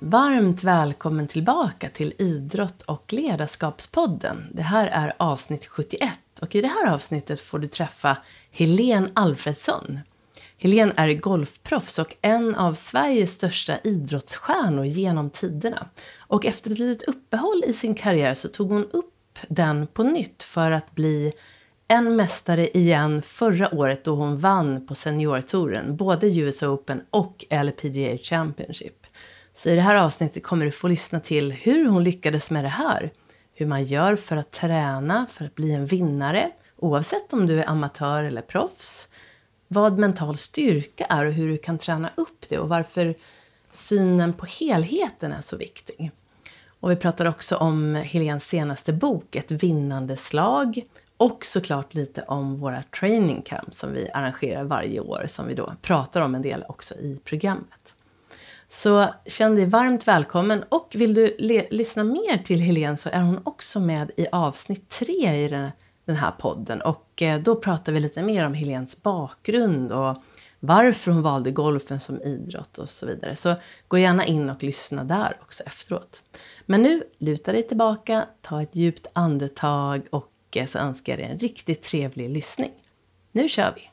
Varmt välkommen tillbaka till Idrott- och ledarskapspodden. Det här är avsnitt 71 och i det här avsnittet får du träffa Helene Alfredsson. Helene är golfproffs och en av Sveriges största idrottsstjärnor genom tiderna. Och efter ett litet uppehåll i sin karriär så tog hon upp den på nytt för att bli en mästare igen förra året då hon vann på seniortouren, både US Open och LPGA Championship. Så i det här avsnittet kommer du få lyssna till hur hon lyckades med det här. Hur man gör för att träna, för att bli en vinnare. Oavsett om du är amatör eller proffs. Vad mental styrka är och hur du kan träna upp det. Och varför synen på helheten är så viktig. Och vi pratar också om Helens senaste bok, Ett vinnande slag. Och såklart lite om våra training camps som vi arrangerar varje år. Som vi då pratar om en del också i programmet. Så känn dig varmt välkommen och vill du lyssna mer till Helene så är hon också med i avsnitt 3 i den här podden. Och då pratar vi lite mer om Helens bakgrund och varför hon valde golfen som idrott och så vidare. Så gå gärna in och lyssna där också efteråt. Men nu luta dig tillbaka, ta ett djupt andetag och så önskar jag dig en riktigt trevlig lyssning. Nu kör vi!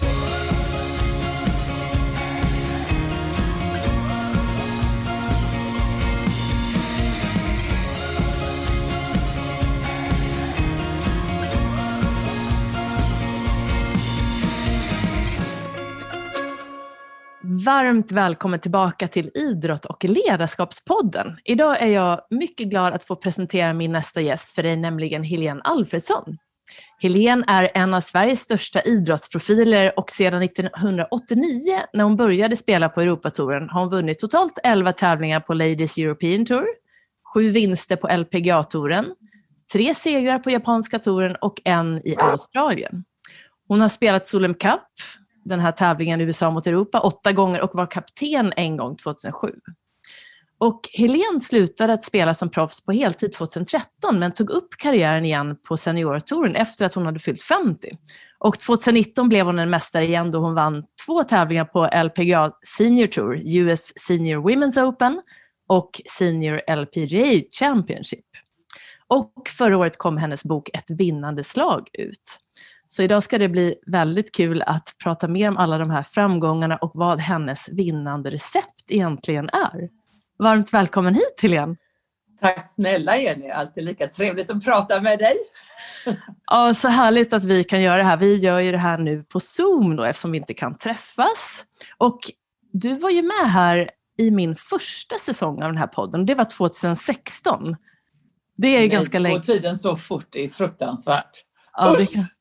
Varmt välkommen tillbaka till Idrott- och ledarskapspodden. Idag är jag mycket glad att få presentera min nästa gäst för dig, nämligen Helene Alfredsson. Helene är en av Sveriges största idrottsprofiler och sedan 1989 när hon började spela på Europatouren har hon vunnit totalt 11 tävlingar på Ladies European Tour, 7 vinster på LPGA-touren, 3 segrar på japanska touren och 1 i Australien. Hon har spelat Solheim Cup, den här tävlingen i USA mot Europa 8 gånger och var kapten en gång 2007. Och Helene slutade att spela som proffs på heltid 2013 men tog upp karriären igen på seniortouren efter att hon hade fyllt 50. Och 2019 blev hon en mästare igen då hon vann 2 tävlingar på LPGA Senior Tour, US Senior Women's Open och Senior LPGA Championship. Och förra året kom hennes bok Ett vinnande slag ut. Så idag ska det bli väldigt kul att prata mer om alla de här framgångarna och vad hennes vinnande recept egentligen är. Varmt välkommen hit, Helene. Tack snälla Jenny, alltid lika trevligt att prata med dig. Ja, så härligt att vi kan göra det här. Vi gör ju det här nu på Zoom då eftersom vi inte kan träffas. Och du var ju med här i min första säsong av den här podden. Det var 2016. Det är ju ganska länge. Och tiden så fort, det är fruktansvärt. Ja, det kan...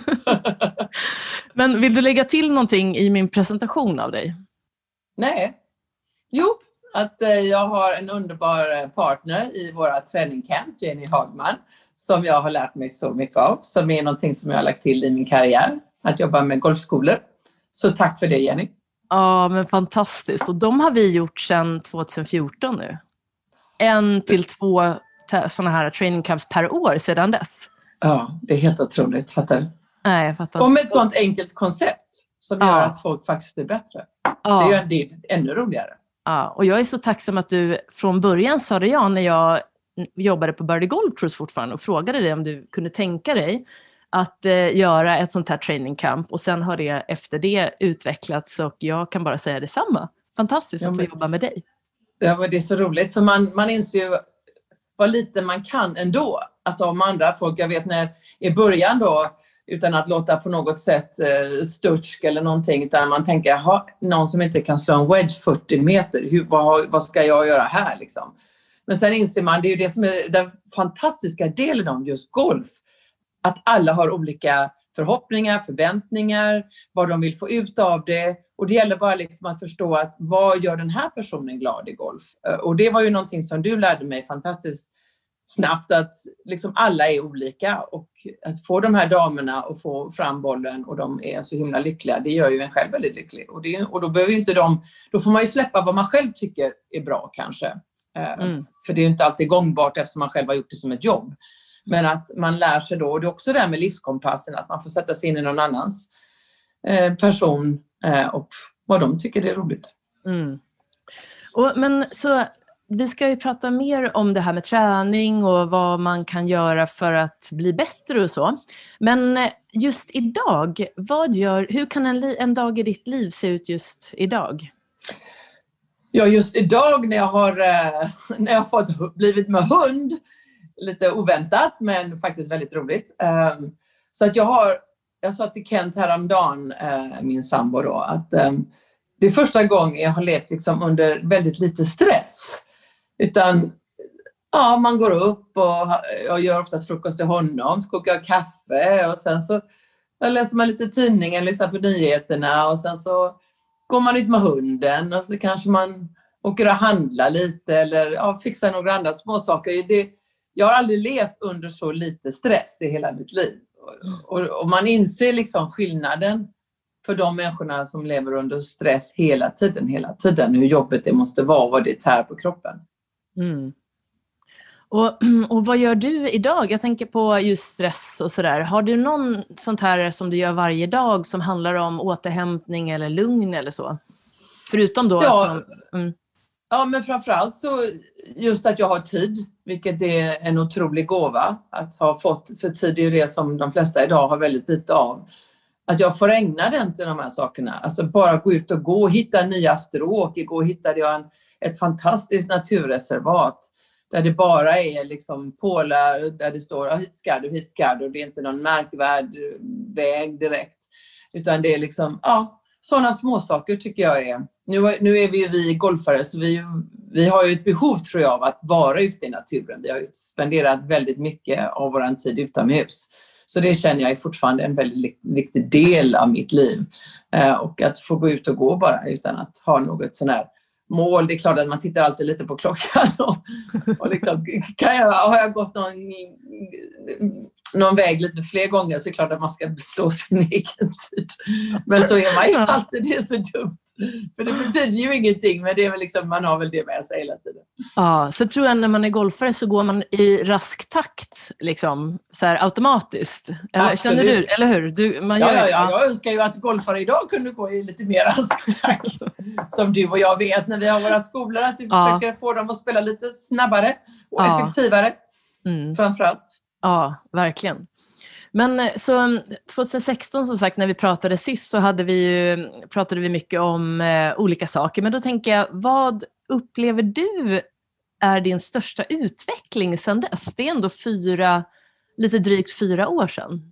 Men vill du lägga till någonting i min presentation av dig? Nej. Jo, att jag har en underbar partner i våra träningcamp, Jenny Hagman, som jag har lärt mig så mycket av. Som är någonting som jag har lagt till i min karriär, att jobba med golfskolor. Så tack för det, Jenny. Ja, men fantastiskt. Och de har vi gjort sedan 2014 nu. 1 till 2 sådana här training camps per år sedan dess. Ja, det är helt otroligt, fattar du? Nej, jag fattar. Och med ett sånt enkelt koncept som gör att folk faktiskt blir bättre. Det gör det ännu roligare. Ja, och jag är så tacksam att du från början sa det när jag jobbade på Birdie Golf Cruise fortfarande och frågade dig om du kunde tänka dig att göra ett sånt här training camp. Och sen har det efter det utvecklats och jag kan bara säga detsamma. Fantastiskt att få jobba med dig. Ja, men det är så roligt för man inser ju vad lite man kan ändå. Alltså om andra folk, jag vet när i början då, utan att låta på något sätt störtsk eller någonting, där man tänker, någon som inte kan slå en wedge 40 meter, vad ska jag göra här liksom? Men sen inser man, det är ju det som är den fantastiska delen om just golf, att alla har olika förhoppningar, förväntningar, vad de vill få ut av det. Och det gäller bara liksom att förstå att vad gör den här personen glad i golf? Och det var ju någonting som du lärde mig fantastiskt snabbt, att liksom alla är olika och att få de här damerna och få fram bollen och de är så himla lyckliga, det gör ju en själv väldigt lycklig. Och då behöver ju inte då får man ju släppa vad man själv tycker är bra kanske. För det är ju inte alltid gångbart eftersom man själv har gjort det som ett jobb. Men att man lär sig då, och det är också det här med livskompassen, att man får sätta sig in i någon annans person och vad de tycker det är roligt. Men så vi ska ju prata mer om det här med träning och vad man kan göra för att bli bättre och så. Men just idag, hur kan en dag i ditt liv se ut just idag? Ja, just idag när jag fått blivit med hund, lite oväntat men faktiskt väldigt roligt. Så att jag sa till Kent häromdagen, min sambo då, att det är första gången jag har levt liksom under väldigt lite stress. Utan ja, man går upp och jag gör oftast frukost till honom, så kokar jag kaffe och sen så läser man lite tidningen, lyssnar på nyheterna och sen så går man ut med hunden och så kanske man åker och handlar lite eller fixar några andra små saker. Jag har aldrig levt under så lite stress i hela mitt liv. Och man inser liksom skillnaden för de människorna som lever under stress hela tiden, hur jobbigt det måste vara, vad det tär på kroppen. Mm. Och vad gör du idag? Jag tänker på just stress och sådär. Har du någon sånt här som du gör varje dag som handlar om återhämtning eller lugn eller så? Förutom då... Ja, men framförallt så just att jag har tid, vilket är en otrolig gåva att ha fått, för tid är det som de flesta idag har väldigt lite av. Att jag får ägna den till de här sakerna. Alltså bara gå ut och gå, hitta nya stråk. Igår hittade jag ett fantastiskt naturreservat där det bara är liksom pålar där det står hit ska du. Det är inte någon märkvärd väg direkt. Utan det är liksom, sådana små saker tycker jag är. Nu är vi golfare så vi har ju ett behov tror jag av att vara ute i naturen. Vi har ju spenderat väldigt mycket av vår tid utomhus. Så det känner jag är fortfarande en väldigt viktig del av mitt liv. Och att få gå ut och gå bara utan att ha något sån här mål. Det är klart att man tittar alltid lite på klockan och liksom, har jag gått någon väg lite fler gånger så är det klart att man ska slå sin egen tid. Men så är man ju alltid, det är så dumt. För det betyder ju ingenting, men det är väl liksom, man har väl det med sig hela tiden. Ja, så tror jag när man är golfare så går man i rask takt liksom, så här automatiskt. Eller, känner du, eller hur? Jag önskar ju att golfare idag kunde gå i lite mer rask takt. Som du och jag vet när vi har våra skolor, att vi försöker få dem att spela lite snabbare och effektivare. Framförallt. Ja, verkligen. Men så 2016 som sagt när vi pratade sist så pratade vi mycket om olika saker. Men då tänker jag, vad upplever du är din största utveckling sedan dess? Det är ändå lite drygt 4 år sedan.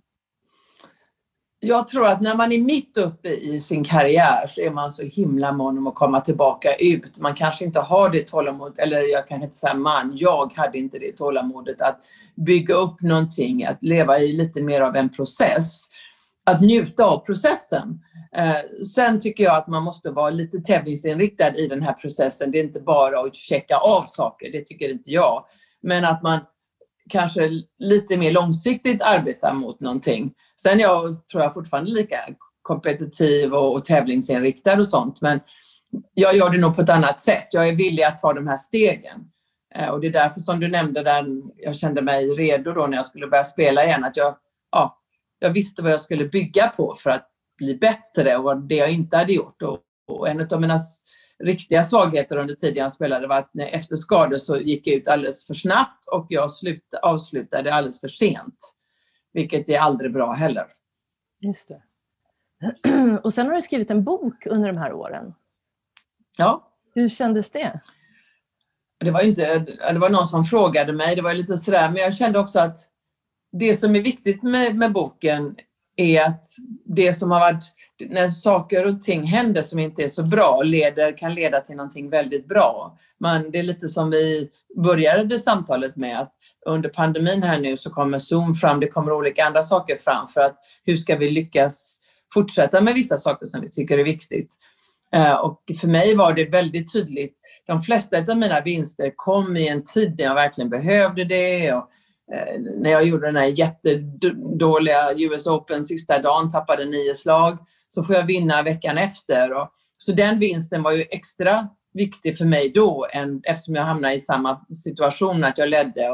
Jag tror att när man är mitt uppe i sin karriär så är man så himla mån om att komma tillbaka ut. Man kanske inte har det tålamodet, eller jag kan inte säga jag hade inte det tålamodet att bygga upp någonting, att leva i lite mer av en process. Att njuta av processen. Sen tycker jag att man måste vara lite tävlingsinriktad i den här processen. Det är inte bara att checka av saker, det tycker inte jag. Men att man kanske lite mer långsiktigt arbetar mot någonting. Sen tror jag fortfarande lika kompetitiv och tävlingsinriktad och sånt. Men jag gör det nog på ett annat sätt. Jag är villig att ta de här stegen. Och det är därför som du nämnde där jag kände mig redo då när jag skulle börja spela igen. Att jag visste vad jag skulle bygga på för att bli bättre och det jag inte hade gjort. Och en av mina riktiga svagheter under tiden jag spelade var att efter skador så gick jag ut alldeles för snabbt och jag avslutade alldeles för sent. Vilket är aldrig bra heller. Just det. Och sen har du skrivit en bok under de här åren. Ja. Hur kändes det? Det var någon som frågade mig, det var lite sådär, men jag kände också att det som är viktigt med boken är att det som har varit, när saker och ting händer som inte är så bra kan leda till någonting väldigt bra. Det är lite som vi började samtalet med, att under pandemin här nu så kommer Zoom fram, det kommer olika andra saker fram för att hur ska vi lyckas fortsätta med vissa saker som vi tycker är viktigt. Och för mig var det väldigt tydligt, de flesta av mina vinster kom i en tid när jag verkligen behövde det och när jag gjorde den här jättedåliga US Open sista dagen, tappade 9 slag, så får jag vinna veckan efter. Så den vinsten var ju extra viktig för mig då, eftersom jag hamnade i samma situation att jag ledde.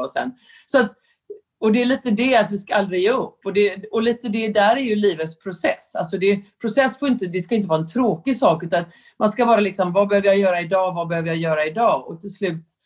Och det är lite det att vi ska aldrig ge upp. Och lite det där är ju livets process. Alltså process det ska inte vara en tråkig sak, utan man ska vara liksom, vad behöver jag göra idag, vad behöver jag göra idag? Och till slut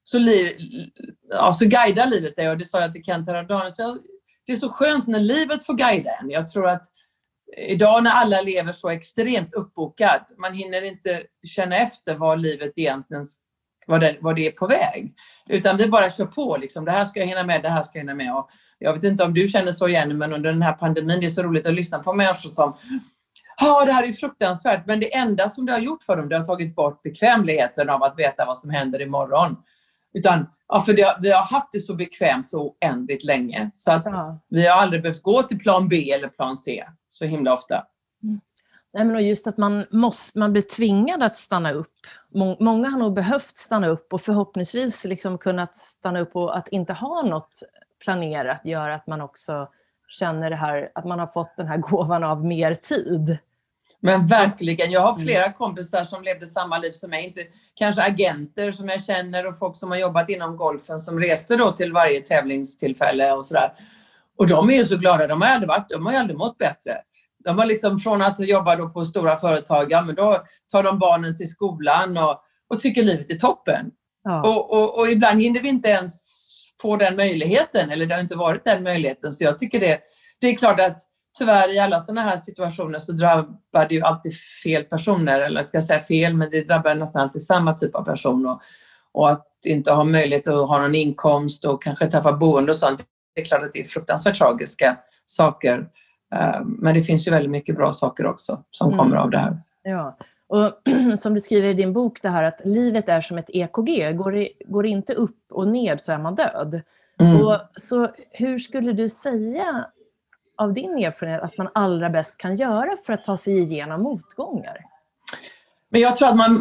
så guidar livet dig. Och det sa jag till Kent häromdagen. Det är så skönt när livet får guida en. Jag tror att idag när alla lever så extremt uppbokat, man hinner inte känna efter vad livet egentligen, vad det är på väg. Utan vi bara kör på liksom. Det här ska jag hinna med, det här ska jag hinna med. Och jag vet inte om du känner så igen, men under den här pandemin, det är så roligt att lyssna på människor som det här är fruktansvärt. Men det enda som det har gjort för dem, det har tagit bort bekvämligheten av att veta vad som händer imorgon. Utan, för vi har haft det så bekvämt så oändligt länge. Så att vi har aldrig behövt gå till plan B eller plan C så himla ofta. Nej, men just att man blir tvingad att stanna upp. Många har nog behövt stanna upp och förhoppningsvis liksom kunnat stanna upp och att inte ha något planerat gör att man också känner det här, att man har fått den här gåvan av mer tid. Men verkligen, jag har flera kompisar som levde samma liv som mig, inte kanske agenter som jag känner och folk som har jobbat inom golfen som reste då till varje tävlingstillfälle och sådär. Och de är ju så glada, de har aldrig mått bättre. De har liksom från att jobba då på stora företag, men då tar de barnen till skolan och tycker livet är toppen. Ja. Och ibland hinner vi inte ens få den möjligheten, eller det har inte varit den möjligheten. Så jag tycker det är klart att tyvärr i alla sådana här situationer så drabbar det ju alltid fel personer, eller ska jag säga fel, men det drabbar nästan alltid samma typ av person. Och att inte ha möjlighet att ha någon inkomst och kanske tappa boende och sånt, det är klart att det är fruktansvärt tragiska saker. Men det finns ju väldigt mycket bra saker också som kommer av det här. Ja, och som du skriver i din bok det här att livet är som ett EKG. Går det inte upp och ned så är man död. Och så hur skulle du säga av din erfarenhet att man allra bäst kan göra för att ta sig igenom motgångar? Men jag tror att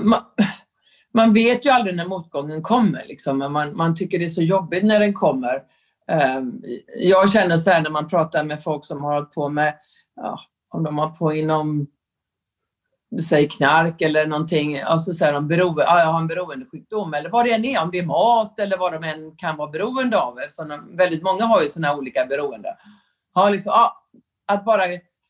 man vet ju aldrig när motgången kommer. Liksom. Man tycker det är så jobbigt när den kommer. Jag känner så här när man pratar med folk som har hållit på med, om de har på inom säg knark eller någonting, alltså så här jag har en beroendesjukdom eller vad det än är, om det är mat eller vad de än kan vara beroende av. Väldigt många har ju sådana olika beroende. Liksom, att bara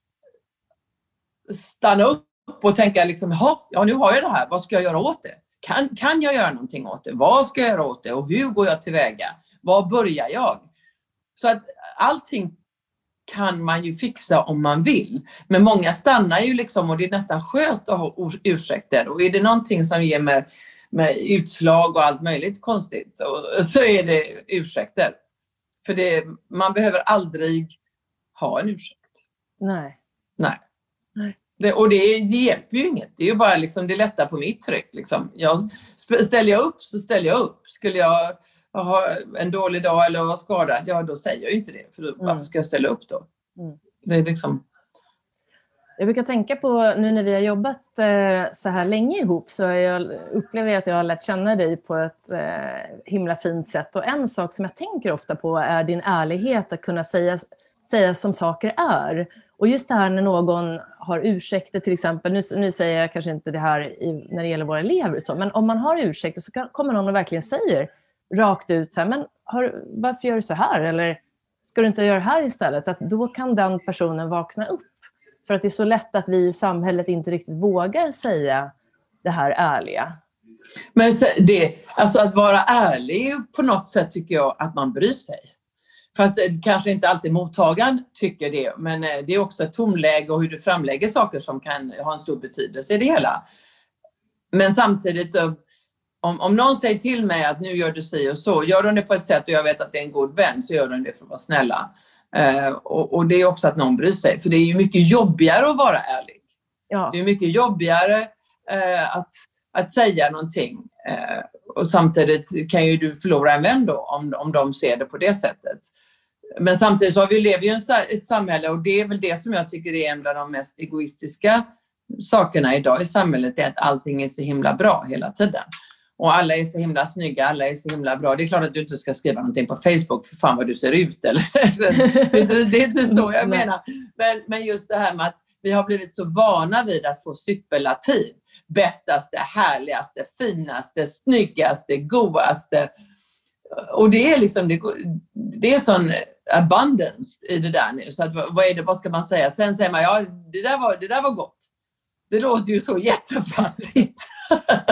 stanna upp och tänka liksom, nu har jag det här, vad ska jag göra åt det? Kan jag göra någonting åt det? Vad ska jag göra åt det? Och hur går jag tillväga? Var börjar jag? Så att allting kan man ju fixa om man vill. Men många stannar ju liksom, och det är nästan skönt att ha ursäkter. Och är det någonting som ger med utslag och allt möjligt konstigt så är det ursäkter. För man behöver aldrig ha en ursäkt. Nej. Och det hjälper ju inget. Det är ju bara liksom, det lättar på mitt tryck. Liksom. Ställer jag upp så ställer jag upp. Skulle jag ha en dålig dag eller vara skadad, då säger jag ju inte det. För varför ska jag ställa upp då? Det är liksom... Jag brukar tänka på, nu när vi har jobbat så här länge ihop, så upplever jag att jag har lärt känna dig på ett himla fint sätt. Och en sak som jag tänker ofta på är din ärlighet att kunna säga som saker är. Och just det här när någon har ursäkter till exempel, nu säger jag kanske inte det här när det gäller våra elever, så, men om man har ursäkter så kommer någon och verkligen säger rakt ut så här, men varför gör du så här? Eller ska du inte göra det här istället? Att då kan den personen vakna upp. För att det är så lätt att vi i samhället inte riktigt vågar säga det här ärliga. Men alltså att vara ärlig på något sätt tycker jag att man bryr sig. Fast det kanske inte alltid mottagaren tycker det. Men det är också ett tonläge och hur du framlägger saker som kan ha en stor betydelse i det hela. Men samtidigt, om någon säger till mig att nu gör du sig och så. Gör de det på ett sätt och jag vet att det är en god vän, så gör de det för att vara snälla. Och det är också att någon bryr sig. För det är ju mycket jobbigare att vara ärlig. Ja. Det är mycket jobbigare att säga någonting. Och samtidigt kan ju du förlora en vän då om de ser det på det sättet. Men samtidigt så lever vi i ett samhälle, och det är väl det som jag tycker är en av de mest egoistiska sakerna idag i samhället, är att allting är så himla bra hela tiden. Och alla är så himla snygga, alla är så himla bra. Det är klart att du inte ska skriva någonting på Facebook för fan vad du ser ut. Eller? det är inte så jag menar. Men just det här med att vi har blivit så vana vid att få superlativ. Bästaste, härligaste, finaste, snyggaste, godaste. Och det är liksom, det är sån abundance i det där nu. Så att, vad ska man säga? Sen säger man, ja det där var gott. Det låter ju så jättefattigt.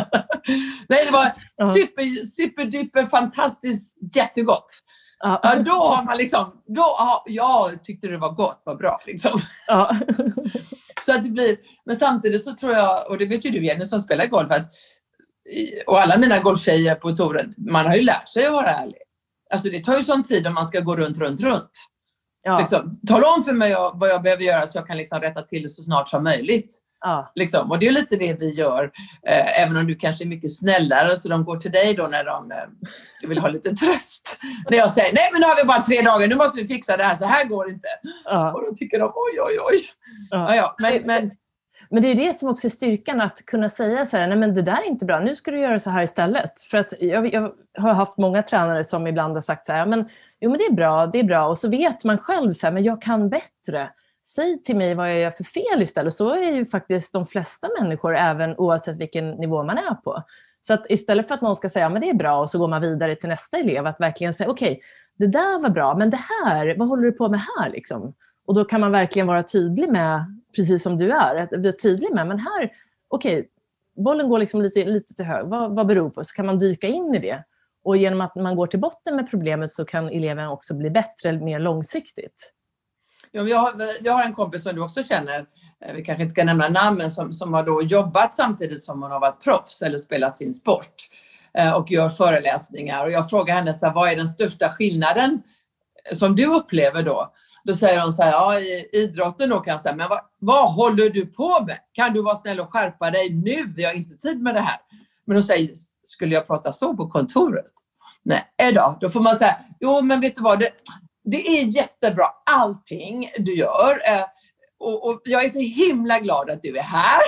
Nej, det var superduper fantastiskt jättegott. Ja, då har man liksom, jag tyckte det var gott, var bra liksom. Ja. Så att det blir, men samtidigt så tror jag, och det vet ju du Jenny som spelar golf, och alla mina golftjejer på touren, man har ju lärt sig att vara ärlig. Alltså det tar ju sån tid om man ska gå runt. Ja. Liksom, tala om för mig vad jag behöver göra så jag kan liksom rätta till det så snart som möjligt. Ja. Liksom. Och det är lite det vi gör, även om du kanske är mycket snällare, så de går till dig då när de vill ha lite tröst. När jag säger, nej men nu har vi bara 3 dagar, nu måste vi fixa det här, så här går det inte. Ja. Och då tycker de, oj. Ja. Men det är det som också är styrkan, att kunna säga så här, nej men det där är inte bra, nu ska du göra så här istället. För att jag har haft många tränare som ibland har sagt så här, men det är bra. Och så vet man själv så här, men jag kan bättre. Säg till mig vad jag gör för fel istället. Så är ju faktiskt de flesta människor, även oavsett vilken nivå man är på. Så att istället för att någon ska säga, men det är bra, och så går man vidare till nästa elev, att verkligen säga, okej, det där var bra, men det här, vad håller du på med här liksom? Och då kan man verkligen vara tydlig med, precis som du är, att du är tydlig med, men här, okej, bollen går liksom lite till hög, vad beror på? Så kan man dyka in i det. Och genom att man går till botten med problemet så kan eleven också bli bättre, mer långsiktigt. Ja, jag har en kompis som du också känner, vi kanske inte ska nämna namn, som har då jobbat samtidigt som hon har varit proffs eller spelat sin sport och gör föreläsningar. Och jag frågar henne så här, vad är den största skillnaden som du upplever då? Då säger hon så här, ja, i idrotten då kan jag säga, men vad håller du på med? Kan du vara snäll och skärpa dig nu? Vi har inte tid med det här. Men hon säger, skulle jag prata så på kontoret? Nej då får man säga, jo men vet du vad, det är jättebra allting du gör. Och jag är så himla glad att du är här.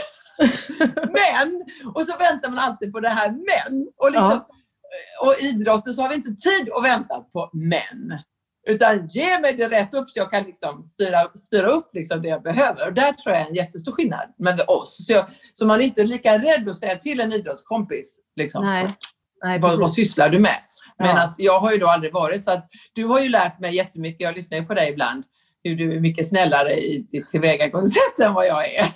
Men, och så väntar man alltid på det här men. Och, liksom, och i idrotten så har vi inte tid att vänta på men. Utan ge mig det rätt upp så jag kan liksom styra upp liksom det jag behöver. Och där tror jag är en jättestor skillnad med oss. Så man är inte lika rädd att säga till en idrottskompis. Liksom, Nej, vad sysslar du med? Men alltså, jag har ju då aldrig varit. Så att du har ju lärt mig jättemycket. Jag lyssnar ju på dig ibland. Hur du är mycket snällare i ditt tillvägagångssätt än vad jag är.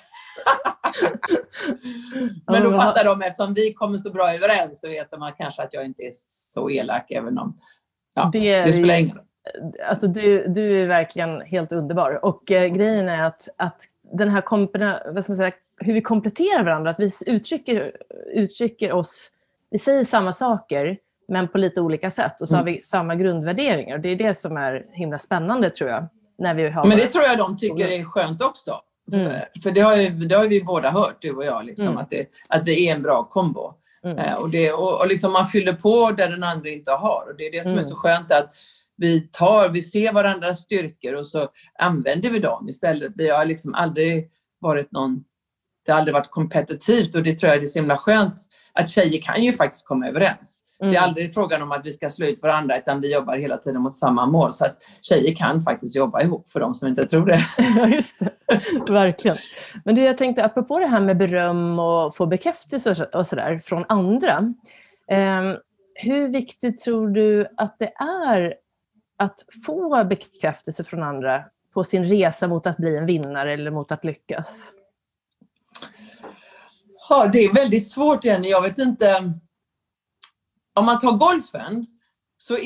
Men då fattar de, eftersom vi kommer så bra överens, så vet man kanske att jag inte är så elak, även om det spelar ingen roll. Alltså du är verkligen helt underbar. Och grejen är att den här vad ska man säga, hur vi kompletterar varandra, att vi uttrycker oss, vi säger samma saker men på lite olika sätt, och så har vi samma grundvärderingar. Det är det som är himla spännande, tror jag. När vi har men det tror jag de tycker är skönt också. För det har vi båda hört, du och jag, liksom, att vi är en bra kombo. Och liksom man fyller på där den andra inte har. Och det är det som är så skönt, att vi ser varandras styrkor och så använder vi dem istället. Vi har liksom aldrig varit det har aldrig varit kompetitivt, och det tror jag är så himla skönt att tjejer kan ju faktiskt komma överens. Det är aldrig frågan om att vi ska slå ut varandra, utan vi jobbar hela tiden mot samma mål. Så att tjejer kan faktiskt jobba ihop, för de som inte tror det. Ja, just det. Verkligen. Men jag tänkte, apropå det här med beröm och få bekräftelse och sådär från andra. Hur viktigt tror du att det är att få bekräftelse från andra på sin resa mot att bli en vinnare eller mot att lyckas? Ja, det är väldigt svårt igen. Jag vet inte. Om man tar golfen så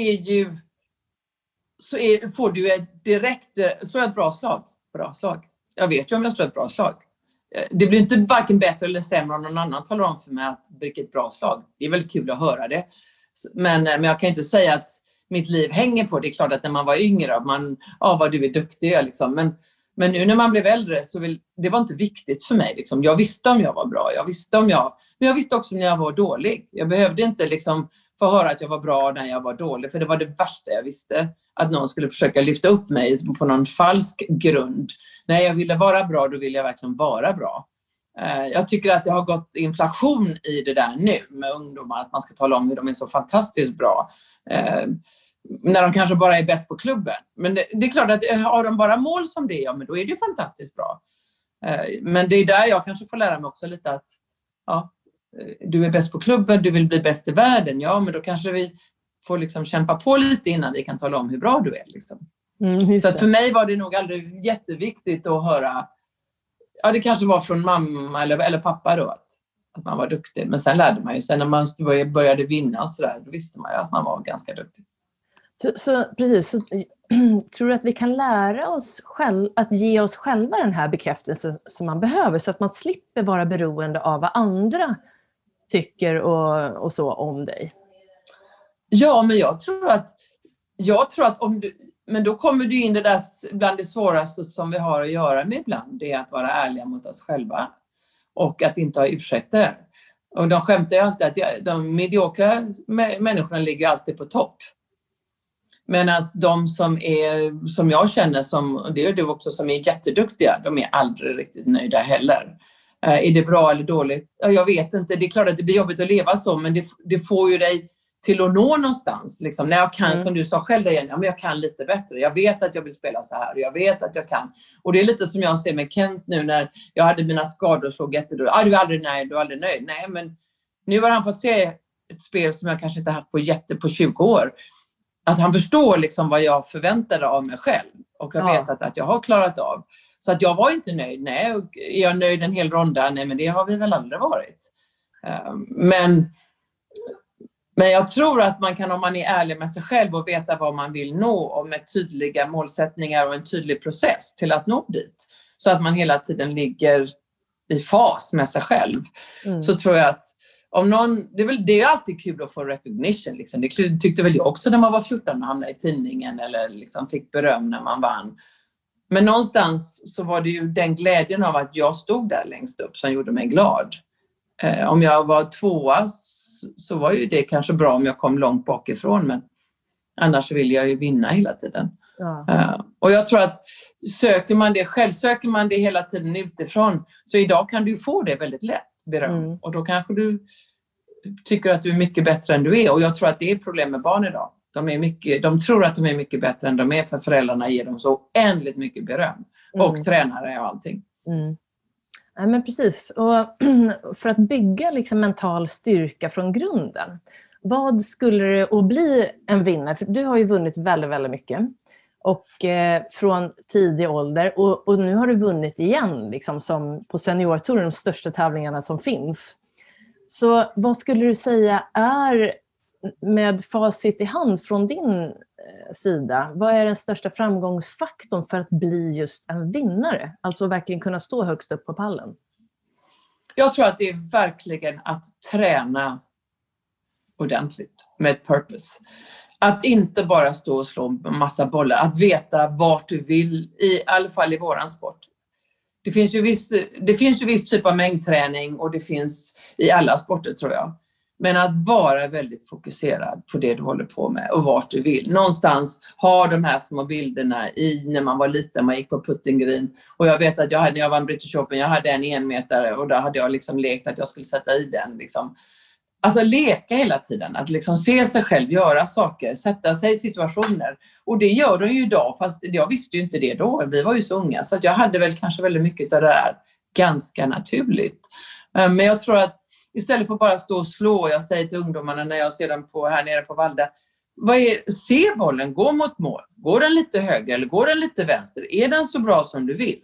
får du ett direkt, slår jag ett bra slag. Jag vet ju om jag slår ett bra slag. Det blir inte varken bättre eller sämre om någon annan talar om för mig att vilket bra slag. Det är väldigt kul att höra det. Men jag kan inte säga att mitt liv hänger på det. Det är klart att när man var yngre, vad du är duktig liksom. Men nu när man blev äldre det var inte viktigt för mig. Liksom. Jag visste om jag var bra. Men jag visste också när jag var dålig. Jag behövde inte liksom få höra att jag var bra när jag var dålig. För det var det värsta jag visste. Att någon skulle försöka lyfta upp mig på någon falsk grund. När jag ville vara bra, då ville jag verkligen vara bra. Jag tycker att det har gått inflation i det där nu med ungdomar. Att man ska tala om hur de är så fantastiskt bra. När de kanske bara är bäst på klubben. Men det är klart att har de bara mål som det, men då är det fantastiskt bra. Men det är där jag kanske får lära mig också lite att du är bäst på klubben, du vill bli bäst i världen. Ja, men då kanske vi får liksom kämpa på lite innan vi kan tala om hur bra du är. Liksom. Så att för mig var det nog aldrig jätteviktigt att höra. Ja, det kanske var från mamma eller pappa då. att man var duktig. Men sen lärde man ju, sen när man började vinna och sådär, då visste man ju att man var ganska duktig. Så precis, så, tror du att vi kan lära oss att ge oss själva den här bekräftelsen som man behöver, så att man slipper vara beroende av vad andra tycker och så om dig? Ja, men jag tror att men då kommer du in det där bland det svåraste som vi har att göra med ibland, det är att vara ärliga mot oss själva och att inte ha ursäkter. Och de skämtar ju alltid att de mediokra människorna ligger alltid på topp. Medan de som jag känner, som det är du också, som är jätteduktiga, de är aldrig riktigt nöjda heller. Är det bra eller dåligt? Jag vet inte. Det är klart att det blir jobbigt att leva så, men det får ju dig till att nå någonstans. Liksom. När jag kan, som du sa själv igen, men jag kan lite bättre. Jag vet att jag vill spela så här och jag vet att jag kan. Och det är lite som jag ser med Kent nu när jag hade mina skador och slog jättedåligt. Du är aldrig nöjd. Nej, men nu har han fått se ett spel som jag kanske inte haft på 20 år. Att han förstår liksom vad jag förväntade av mig själv. Och jag vet att jag har klarat av. Så att jag var inte nöjd. Nej, är jag nöjd en hel ronda? Nej, men det har vi väl aldrig varit. Men jag tror att man kan, om man är ärlig med sig själv och veta vad man vill nå och med tydliga målsättningar och en tydlig process till att nå dit. Så att man hela tiden ligger i fas med sig själv. Så tror jag att om någon, det är alltid kul att få recognition. Liksom. Det tyckte väl jag också när man var 14 och hamnade i tidningen eller liksom fick beröm när man vann. Men någonstans så var det ju den glädjen av att jag stod där längst upp som gjorde mig glad. Om jag var 2:a så var ju det kanske bra om jag kom långt bakifrån, men annars vill jag ju vinna hela tiden. Och jag tror att söker man det hela tiden utifrån, så idag kan du få det väldigt lätt beröm. Och då kanske du tycker att du är mycket bättre än du är. Och jag tror att det är problem med barn idag. De tror att de är mycket bättre än de är, för föräldrarna ger dem så oändligt mycket beröm. Och tränare och allting. Ja, men precis. Och för att bygga liksom mental styrka från grunden, vad skulle det att bli en vinnare? För du har ju vunnit väldigt, väldigt mycket. Och från tidig ålder. Och nu har du vunnit igen liksom, som på seniortouren, de största tävlingarna som finns. Så vad skulle du säga är, med facit i hand från din sida, vad är den största framgångsfaktorn för att bli just en vinnare? Alltså verkligen kunna stå högst upp på pallen. Jag tror att det är verkligen att träna ordentligt med ett purpose. Att inte bara stå och slå en massa bollar. Att veta vart du vill, i alla fall i våran sport. Det finns ju viss typ av mängdträning och det finns i alla sporter, tror jag. Men att vara väldigt fokuserad på det du håller på med och vart du vill. Någonstans ha de här små bilderna i när man var liten, man gick på putting green. Och jag vet att när jag vann British Open, jag hade en 1-metare och då hade jag liksom lekt att jag skulle sätta i den. Liksom. Alltså leka hela tiden, att liksom se sig själv göra saker, sätta sig i situationer. Och det gör de ju idag, fast jag visste ju inte det då. Vi var ju så unga, så att jag hade väl kanske väldigt mycket av det där ganska naturligt. Men jag tror att istället för att bara stå och slå, jag säger till ungdomarna när jag ser dem här nere på Valda, se bollen, gå mot mål. Går den lite höger eller går den lite vänster? Är den så bra som du vill?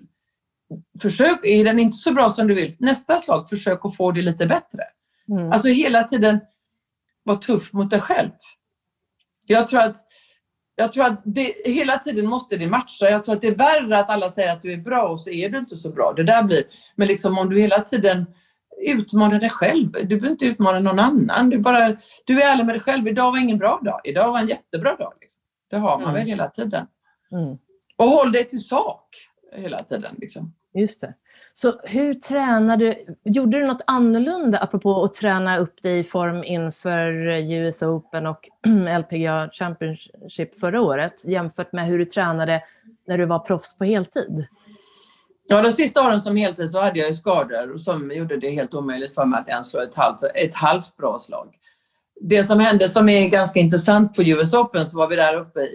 Är den inte så bra som du vill? Nästa slag, försök att få det lite bättre. Alltså hela tiden vara tuff mot dig själv. Jag tror att hela tiden måste det matcha. Jag tror att det är värre att alla säger att du är bra och så är du inte så bra. Det där blir, men liksom om du hela tiden utmanar dig själv. Du behöver inte utmana någon annan. Du är ärlig med dig själv. Idag var ingen bra dag. Idag var en jättebra dag. Liksom. Det har man väl hela tiden. Och håll dig till sak hela tiden. Liksom. Just det. Så hur tränade du? Gjorde du något annorlunda apropå att träna upp dig i form inför US Open och LPGA Championship förra året jämfört med hur du tränade när du var proffs på heltid? Ja, de sista åren som heltid så hade jag ju skador som gjorde det helt omöjligt för mig att ens slå ett halvt bra slag. Det som hände som är ganska intressant på US Open, så var vi där uppe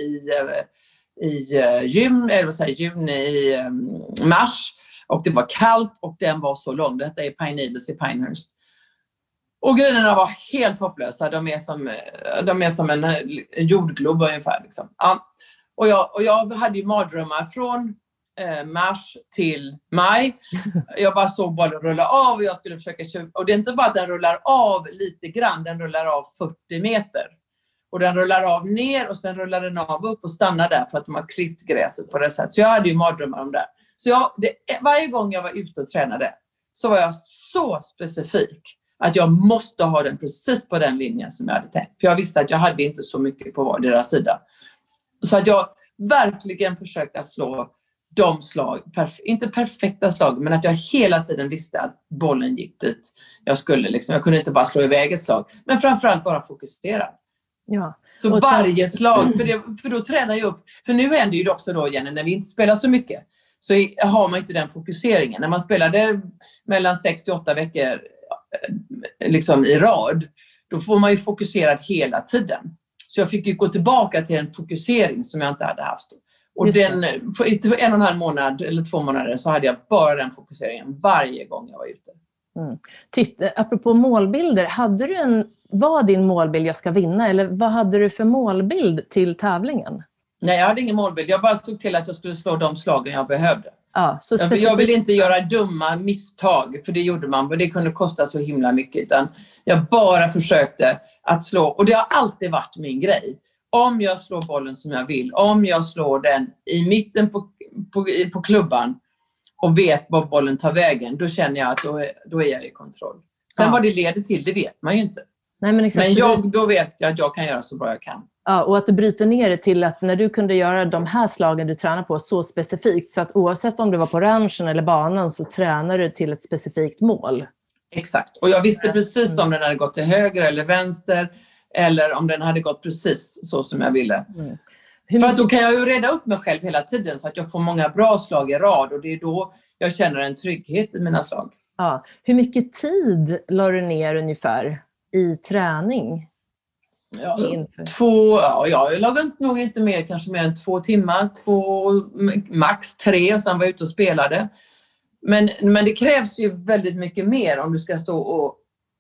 i mars. Och det var kallt och den var så lång. Detta är Pine Needles i Pinehurst. Och grejerna var helt hopplösa. De är som en jordglob ungefär. Liksom. Ja. Och jag hade ju mardrömmar från mars till maj. Jag bara såg bollen rulla av och jag skulle försöka köpa. Och det är inte bara att den rullar av lite grann, den rullar av 40 meter. Och den rullar av ner och sen rullar den av upp och stannar där för att de har klippt gräset på det sättet. Så jag hade ju mardrömmar om det. Så varje gång jag var ute och tränade så var jag så specifik att jag måste ha den precis på den linjen som jag hade tänkt. För jag visste att jag hade inte så mycket på vardera sida. Så att jag verkligen försökte slå de slag, inte perfekta slag, men att jag hela tiden visste att bollen gick dit. Jag kunde inte bara slå iväg ett slag, men framförallt bara fokusera. Ja. Så varje slag, för då tränar jag upp. För nu händer ju det också då, Jenny, när vi inte spelar så mycket, så har man inte den fokuseringen. När man spelade mellan 6-8 veckor liksom i rad, då får man ju fokusera hela tiden. Så jag fick ju gå tillbaka till en fokusering som jag inte hade haft. Och för 1,5 månad eller 2 månader så hade jag bara den fokuseringen varje gång jag var ute. Titta, apropå målbilder, var din målbild jag ska vinna, eller vad hade du för målbild till tävlingen? Nej, jag hade ingen målbild. Jag bara stod till att jag skulle slå de slagen jag behövde. Ja, så jag ville inte göra dumma misstag, för det gjorde man, och det kunde kosta så himla mycket, utan jag bara försökte att slå, och det har alltid varit min grej. Om jag slår bollen som jag vill, om jag slår den i mitten på klubban och vet var bollen tar vägen, då känner jag att då är jag i kontroll. Sen vad det leder till, det vet man ju inte. Nej, men exakt, då vet jag att jag kan göra så bra jag kan. Ja, och att du bryter ner det till att när du kunde göra de här slagen du tränar på så specifikt, så att oavsett om du var på ranchen eller banan så tränar du till ett specifikt mål. Exakt, och jag visste precis om den hade gått till höger eller vänster, eller om den hade gått precis så som jag ville. För att då kan jag ju reda upp mig själv hela tiden så att jag får många bra slag i rad, och det är då jag känner en trygghet i mina slag. Ja. Hur mycket tid la du ner ungefär i träning? Jag lagade nog inte mer, kanske mer än 2 timmar, max 3, och sen var jag ute och spelade. Men det krävs ju väldigt mycket mer om du ska stå och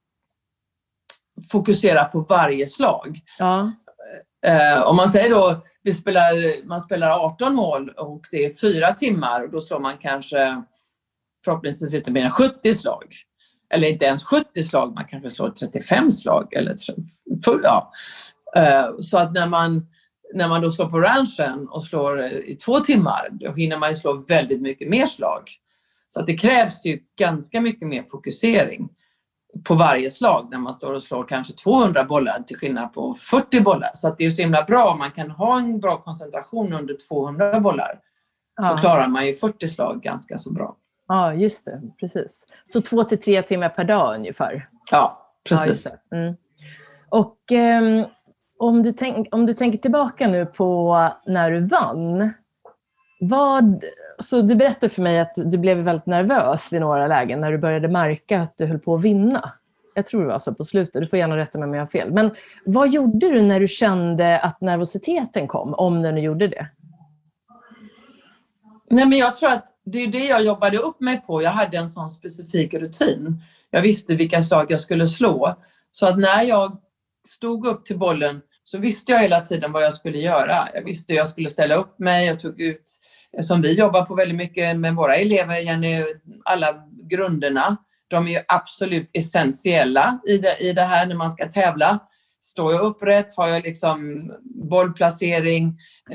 fokusera på varje slag. Ja. Om man säger då, man spelar 18 hål och det är 4 timmar, och då slår man kanske förhoppningsvis inte mer än 70 slag. Eller inte ens 70 slag, man kanske slår 35 slag. Eller, så att när man då slår på ranchen och slår i 2 timmar, då hinner man ju slå väldigt mycket mer slag. Så att det krävs ju ganska mycket mer fokusering på varje slag när man står och slår kanske 200 bollar till skillnad på 40 bollar. Så att det är så himla bra, man kan ha en bra koncentration under 200 bollar. Så klarar man ju 40 slag ganska så bra. Ja, just det, precis. Så 2-3 timmar per dag ungefär. Ja, precis. Ja, och om du tänker tillbaka nu på när du vann, så du berättade för mig att du blev väldigt nervös vid några lägen när du började märka att du höll på att vinna. Jag tror det var så på slutet, du får gärna rätta mig om jag har fel. Men vad gjorde du när du kände att nervositeten kom, om den gjorde det? Nej, men jag tror att det är det jag jobbade upp mig på. Jag hade en sån specifik rutin. Jag visste vilka slag jag skulle slå. Så att när jag stod upp till bollen så visste jag hela tiden vad jag skulle göra. Jag visste att jag skulle ställa upp mig. Jag tog ut, som vi jobbar på väldigt mycket med våra elever, Jenny, alla grunderna. De är ju absolut essentiella i det här när man ska tävla. Står jag upprätt? Har jag liksom bollplacering,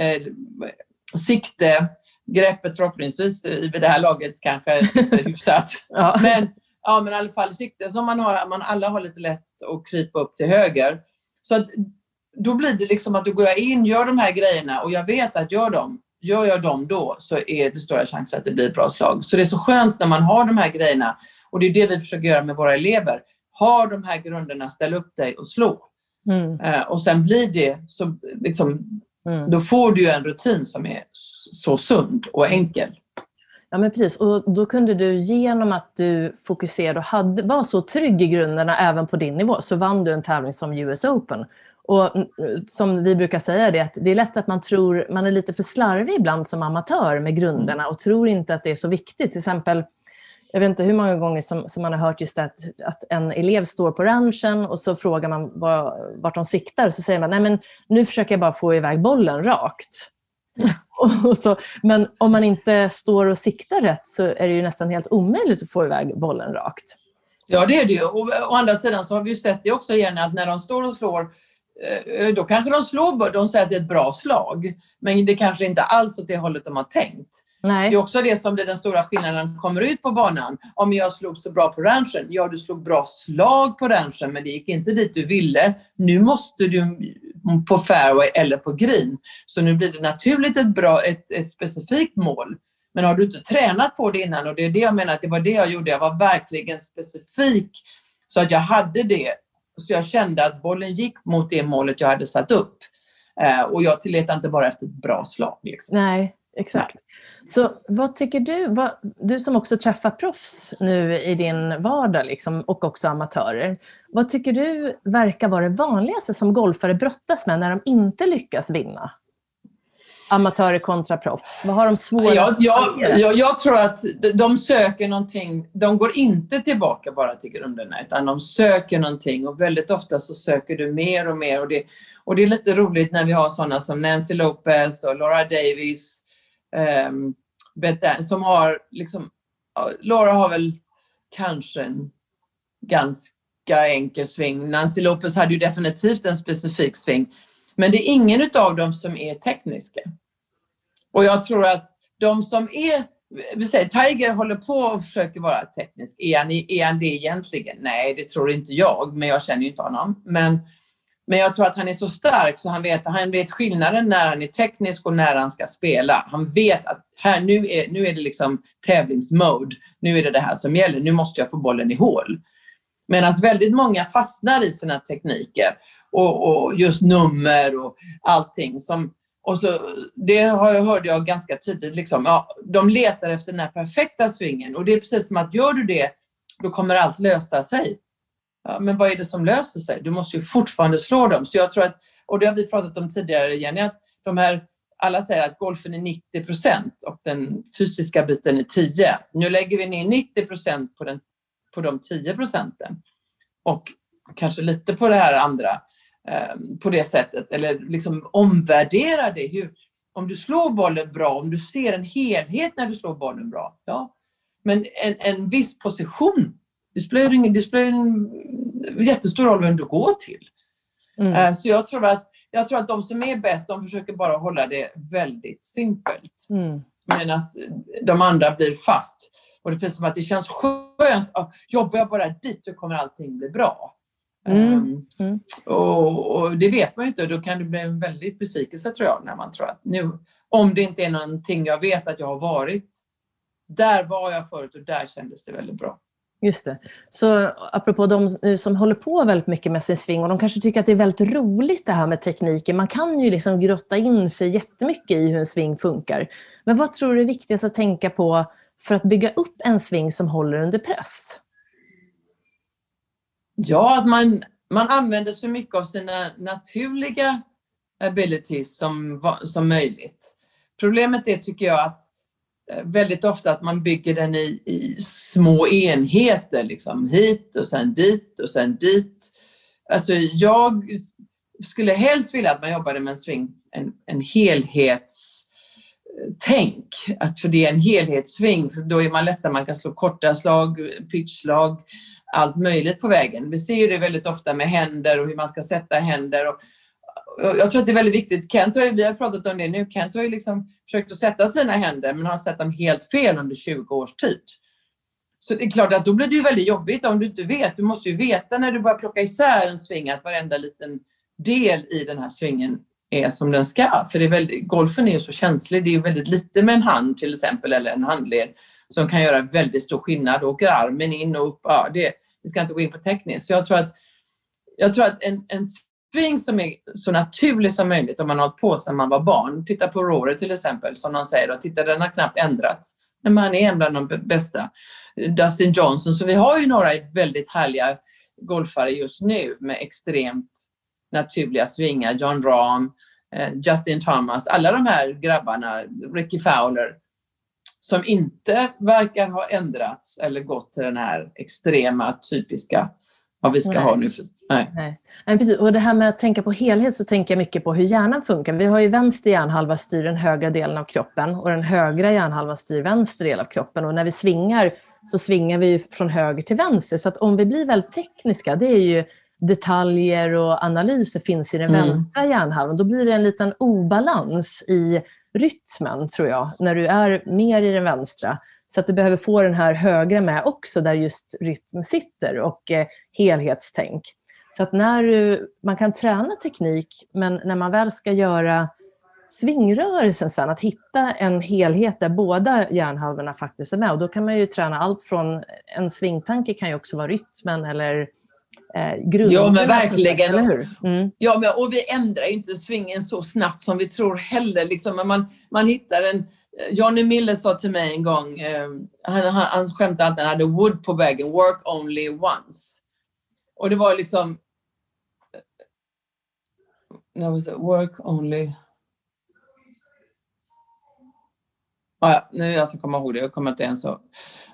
sikte, greppet förhoppningsvis i det här laget kanske sitter hyfsat. Ja. Men i alla fall sikte som man alla har lite lätt att krypa upp till höger. Så att då blir det liksom att du går in, gör de här grejerna, och jag vet att gör jag dem då, så är det stora chanser att det blir ett bra slag. Så det är så skönt när man har de här grejerna, och det är det vi försöker göra med våra elever. Ha de här grunderna, ställ upp dig och slå. Och sen blir det så liksom, då får du ju en rutin som är så sund och enkel. Ja, men precis. Och då kunde du, genom att du fokuserade och var så trygg i grunderna även på din nivå, så vann du en tävling som US Open. Och som vi brukar säga det, att det är lätt att man tror, man är lite för slarvig ibland som amatör med grunderna och tror inte att det är så viktigt. Till exempel, jag vet inte hur många gånger som man har hört just att en elev står på ranchen och så frågar man vart de siktar, och så säger man, nej men nu försöker jag bara få iväg bollen rakt. Och så, men om man inte står och siktar rätt så är det ju nästan helt omöjligt att få iväg bollen rakt. Ja, det är det ju. Och å andra sidan så har vi ju sett det också igen, att när de står och slår, då kanske de slår, de säger att det är ett bra slag. Men det kanske inte alls åt det hållet de har tänkt. Nej. Det är också det som blir den stora skillnaden när de kommer ut på banan. Om jag slog så bra på ranchen, ja, du slog bra slag på ranchen, men det gick inte dit du ville. Nu måste du på fairway eller på green. Så nu blir det naturligt ett specifikt mål. Men har du inte tränat på det innan, och det är det jag menar att det var det jag gjorde. Jag var verkligen specifik så att jag hade det. Så jag kände att bollen gick mot det målet jag hade satt upp. Och jag tillät inte bara efter ett bra slag. Liksom. Nej, exakt. Nej. Så vad tycker du, du som också träffar proffs nu i din vardag liksom, och också amatörer. Vad tycker du verkar vara det vanligaste som golfare brottas med när de inte lyckas vinna? Amatörer kontra proffs. Vad har de svåra? Jag tror att de söker någonting. De går inte tillbaka bara till grunderna, utan de söker någonting. Och väldigt ofta så söker du mer och mer. Och det är lite roligt när vi har sådana som Nancy Lopez och Laura Davis. Som har liksom... Laura har väl kanske en ganska enkel sving. Nancy Lopez hade ju definitivt en specifik sving. Men det är ingen av dem som är tekniska. Och jag tror att de som är, vi säger Tiger håller på och försöker vara teknisk. Är han det egentligen? Nej, det tror inte jag, men jag känner ju inte honom. Men jag tror att han är så stark så han vet skillnaden när han är teknisk och när han ska spela. Han vet att här, nu är det liksom tävlingsmode. Nu är det här som gäller. Nu måste jag få bollen i hål. Medan väldigt många fastnar i sina tekniker. Och just nummer och allting. Det hörde jag ganska tidigt. Liksom. Ja, de letar efter den här perfekta svingen. Och det är precis som att gör du det, då kommer allt lösa sig. Ja, men vad är det som löser sig? Du måste ju fortfarande slå dem. Så jag tror att, och det har vi pratat om tidigare, Jenny, att alla säger att golfen är 90% och den fysiska biten är 10%. Nu lägger vi ner 90% på de 10%. Och kanske lite på det här andra. På det sättet, eller liksom omvärdera det. Om du slår bollen bra, om du ser en helhet när du slår bollen bra, ja. Men en viss position, det spelar en jättestor roll vem du går till. Så jag tror att de som är bäst, de försöker bara hålla det väldigt simpelt. Medan de andra blir fast. Och det är precis som att det känns skönt, jobbar jag bara dit så kommer allting bli bra. Och det vet man ju inte. Då kan det bli en väldigt besvikelse, tror jag, när man tror att nu, om det inte är någonting jag vet att jag har varit, där var jag förut och där kändes det väldigt bra. Just det. Så apropå de som håller på väldigt mycket med sin sving och de kanske tycker att det är väldigt roligt det här med tekniken. Man kan ju liksom grotta in sig jättemycket i hur en sving funkar. Men vad tror du är viktigast att tänka på för att bygga upp en sving som håller under press? Ja, att man använder så mycket av sina naturliga abilities som möjligt. Problemet är, tycker jag, att väldigt ofta att man bygger den i små enheter. Liksom hit och sen dit och sen dit. Alltså jag skulle helst vilja att man jobbade med en swing, en helhetstänk. För det är en helhetssving. För då är man lättare, man kan slå korta slag, pitchslag, allt möjligt på vägen. Vi ser ju det väldigt ofta med händer och hur man ska sätta händer. Och jag tror att det är väldigt viktigt. Vi har pratat om det nu. Kent har ju liksom försökt att sätta sina händer, men har sett dem helt fel under 20 års tid. Så det är klart att då blir det ju väldigt jobbigt om du inte vet. Du måste ju veta när du börjar plocka isär en sving att varenda liten del i den här svingen är som den ska. För golfen är ju så känslig. Det är ju väldigt lite med en hand till exempel, eller en handled, som kan göra väldigt stor skillnad. Då åker armen in och upp. Ja, vi ska inte gå in på tekniskt. Så jag tror att en sving som är så naturlig som möjligt om man har hållit på sedan man var barn. Titta på Rory till exempel, som de säger. Titta, den har knappt ändrats. Men han är en bland de bästa. Dustin Johnson. Så vi har ju några väldigt härliga golfare just nu med extremt naturliga svingar. John Rahm, Justin Thomas. Alla de här grabbarna, Ricky Fowler, som inte verkar ha ändrats eller gått till den här extrema, typiska vad vi ska ha nu. Nej, precis. Och det här med att tänka på helhet, så tänker jag mycket på hur hjärnan funkar. Vi har ju vänster hjärnhalva styr den högra delen av kroppen och den högra hjärnhalvan styr vänster del av kroppen. Och när vi svingar så svingar vi från höger till vänster. Så att om vi blir väldigt tekniska, det är ju detaljer och analyser finns i den vänstra hjärnhalvan. Då blir det en liten obalans i rytmen, tror jag, när du är mer i den vänstra. Så att du behöver få den här högra med också, där just rytm sitter och helhetstänk. Så att man kan träna teknik, men när man väl ska göra svingrörelsen sen, att hitta en helhet där båda hjärnhalvorna faktiskt är med. Och då kan man ju träna allt från, en svingtanke kan ju också vara rytmen eller grund. Ja, men verkligen. Eller hur? Ja, men, och vi ändrar ju inte svingen så snabbt som vi tror heller. Liksom, men man hittar Johnny Miller sa till mig en gång, han skämtade att han hade wood på vägen, work only once. Och det var liksom, work only. Nu jag ska komma ihåg det, jag kommer inte ens så.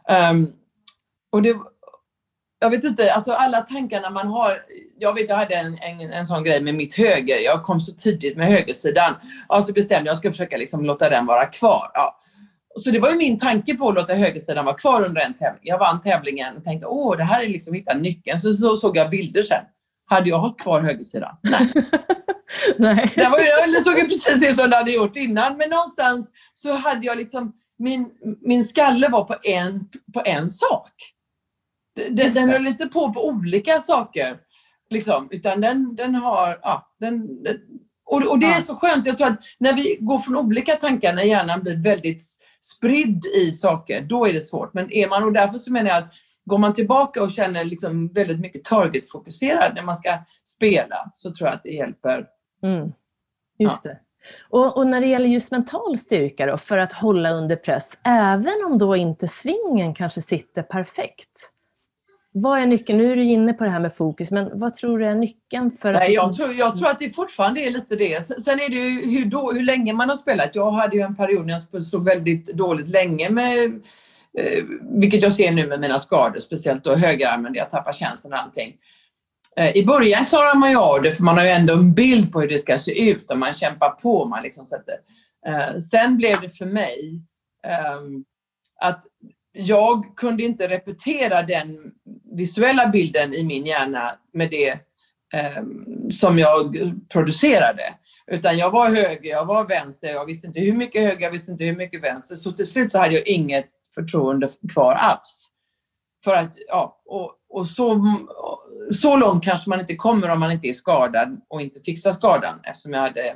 Och det, jag vet inte, alltså alla tankarna man har, jag hade en sån grej med mitt höger, jag kom så tidigt med högersidan, och så bestämde jag ska försöka liksom låta den vara kvar. Ja. Så det var ju min tanke på att låta högersidan vara kvar under en tävling. Jag vann tävlingen och tänkte, det här är liksom hitta nyckeln. Så såg jag bilder sen. Hade jag hållit kvar högersidan? Nej. Nej. Det såg ju precis ut som det hade gjort innan. Men någonstans så hade jag liksom, min skalle var på en sak. Den höll inte på olika saker. Liksom, utan den har, och det är så skönt. Jag tror att när vi går från olika tankar, när hjärnan blir väldigt spridd i saker, då är det svårt. Men och därför så menar jag att går man tillbaka och känner liksom väldigt mycket targetfokuserad när man ska spela, så tror jag att det hjälper. Just det. Och när det gäller just mental styrka då, för att hålla under press, även om då inte svingen kanske sitter perfekt. Vad är nyckeln? Nu är du inne på det här med fokus, men vad tror du är nyckeln för att... Jag tror att det fortfarande är lite det. Sen är det ju hur länge man har spelat. Jag hade ju en period när jag stod väldigt dåligt länge med, vilket jag ser nu med mina skador, speciellt då högerarmen där jag tappar känslan och allting. I början klarar man ju av det, för man har ju ändå en bild på hur det ska se ut och man kämpar på, man liksom sätter. Sen blev det för mig att jag kunde inte repetera den visuella bilden i min hjärna med det som jag producerade. Utan jag var höger, jag var vänster, jag visste inte hur mycket höger, jag visste inte hur mycket vänster. Så till slut så hade jag inget förtroende kvar alls. För att, och så långt kanske man inte kommer om man inte är skadad och inte fixar skadan. Eftersom jag hade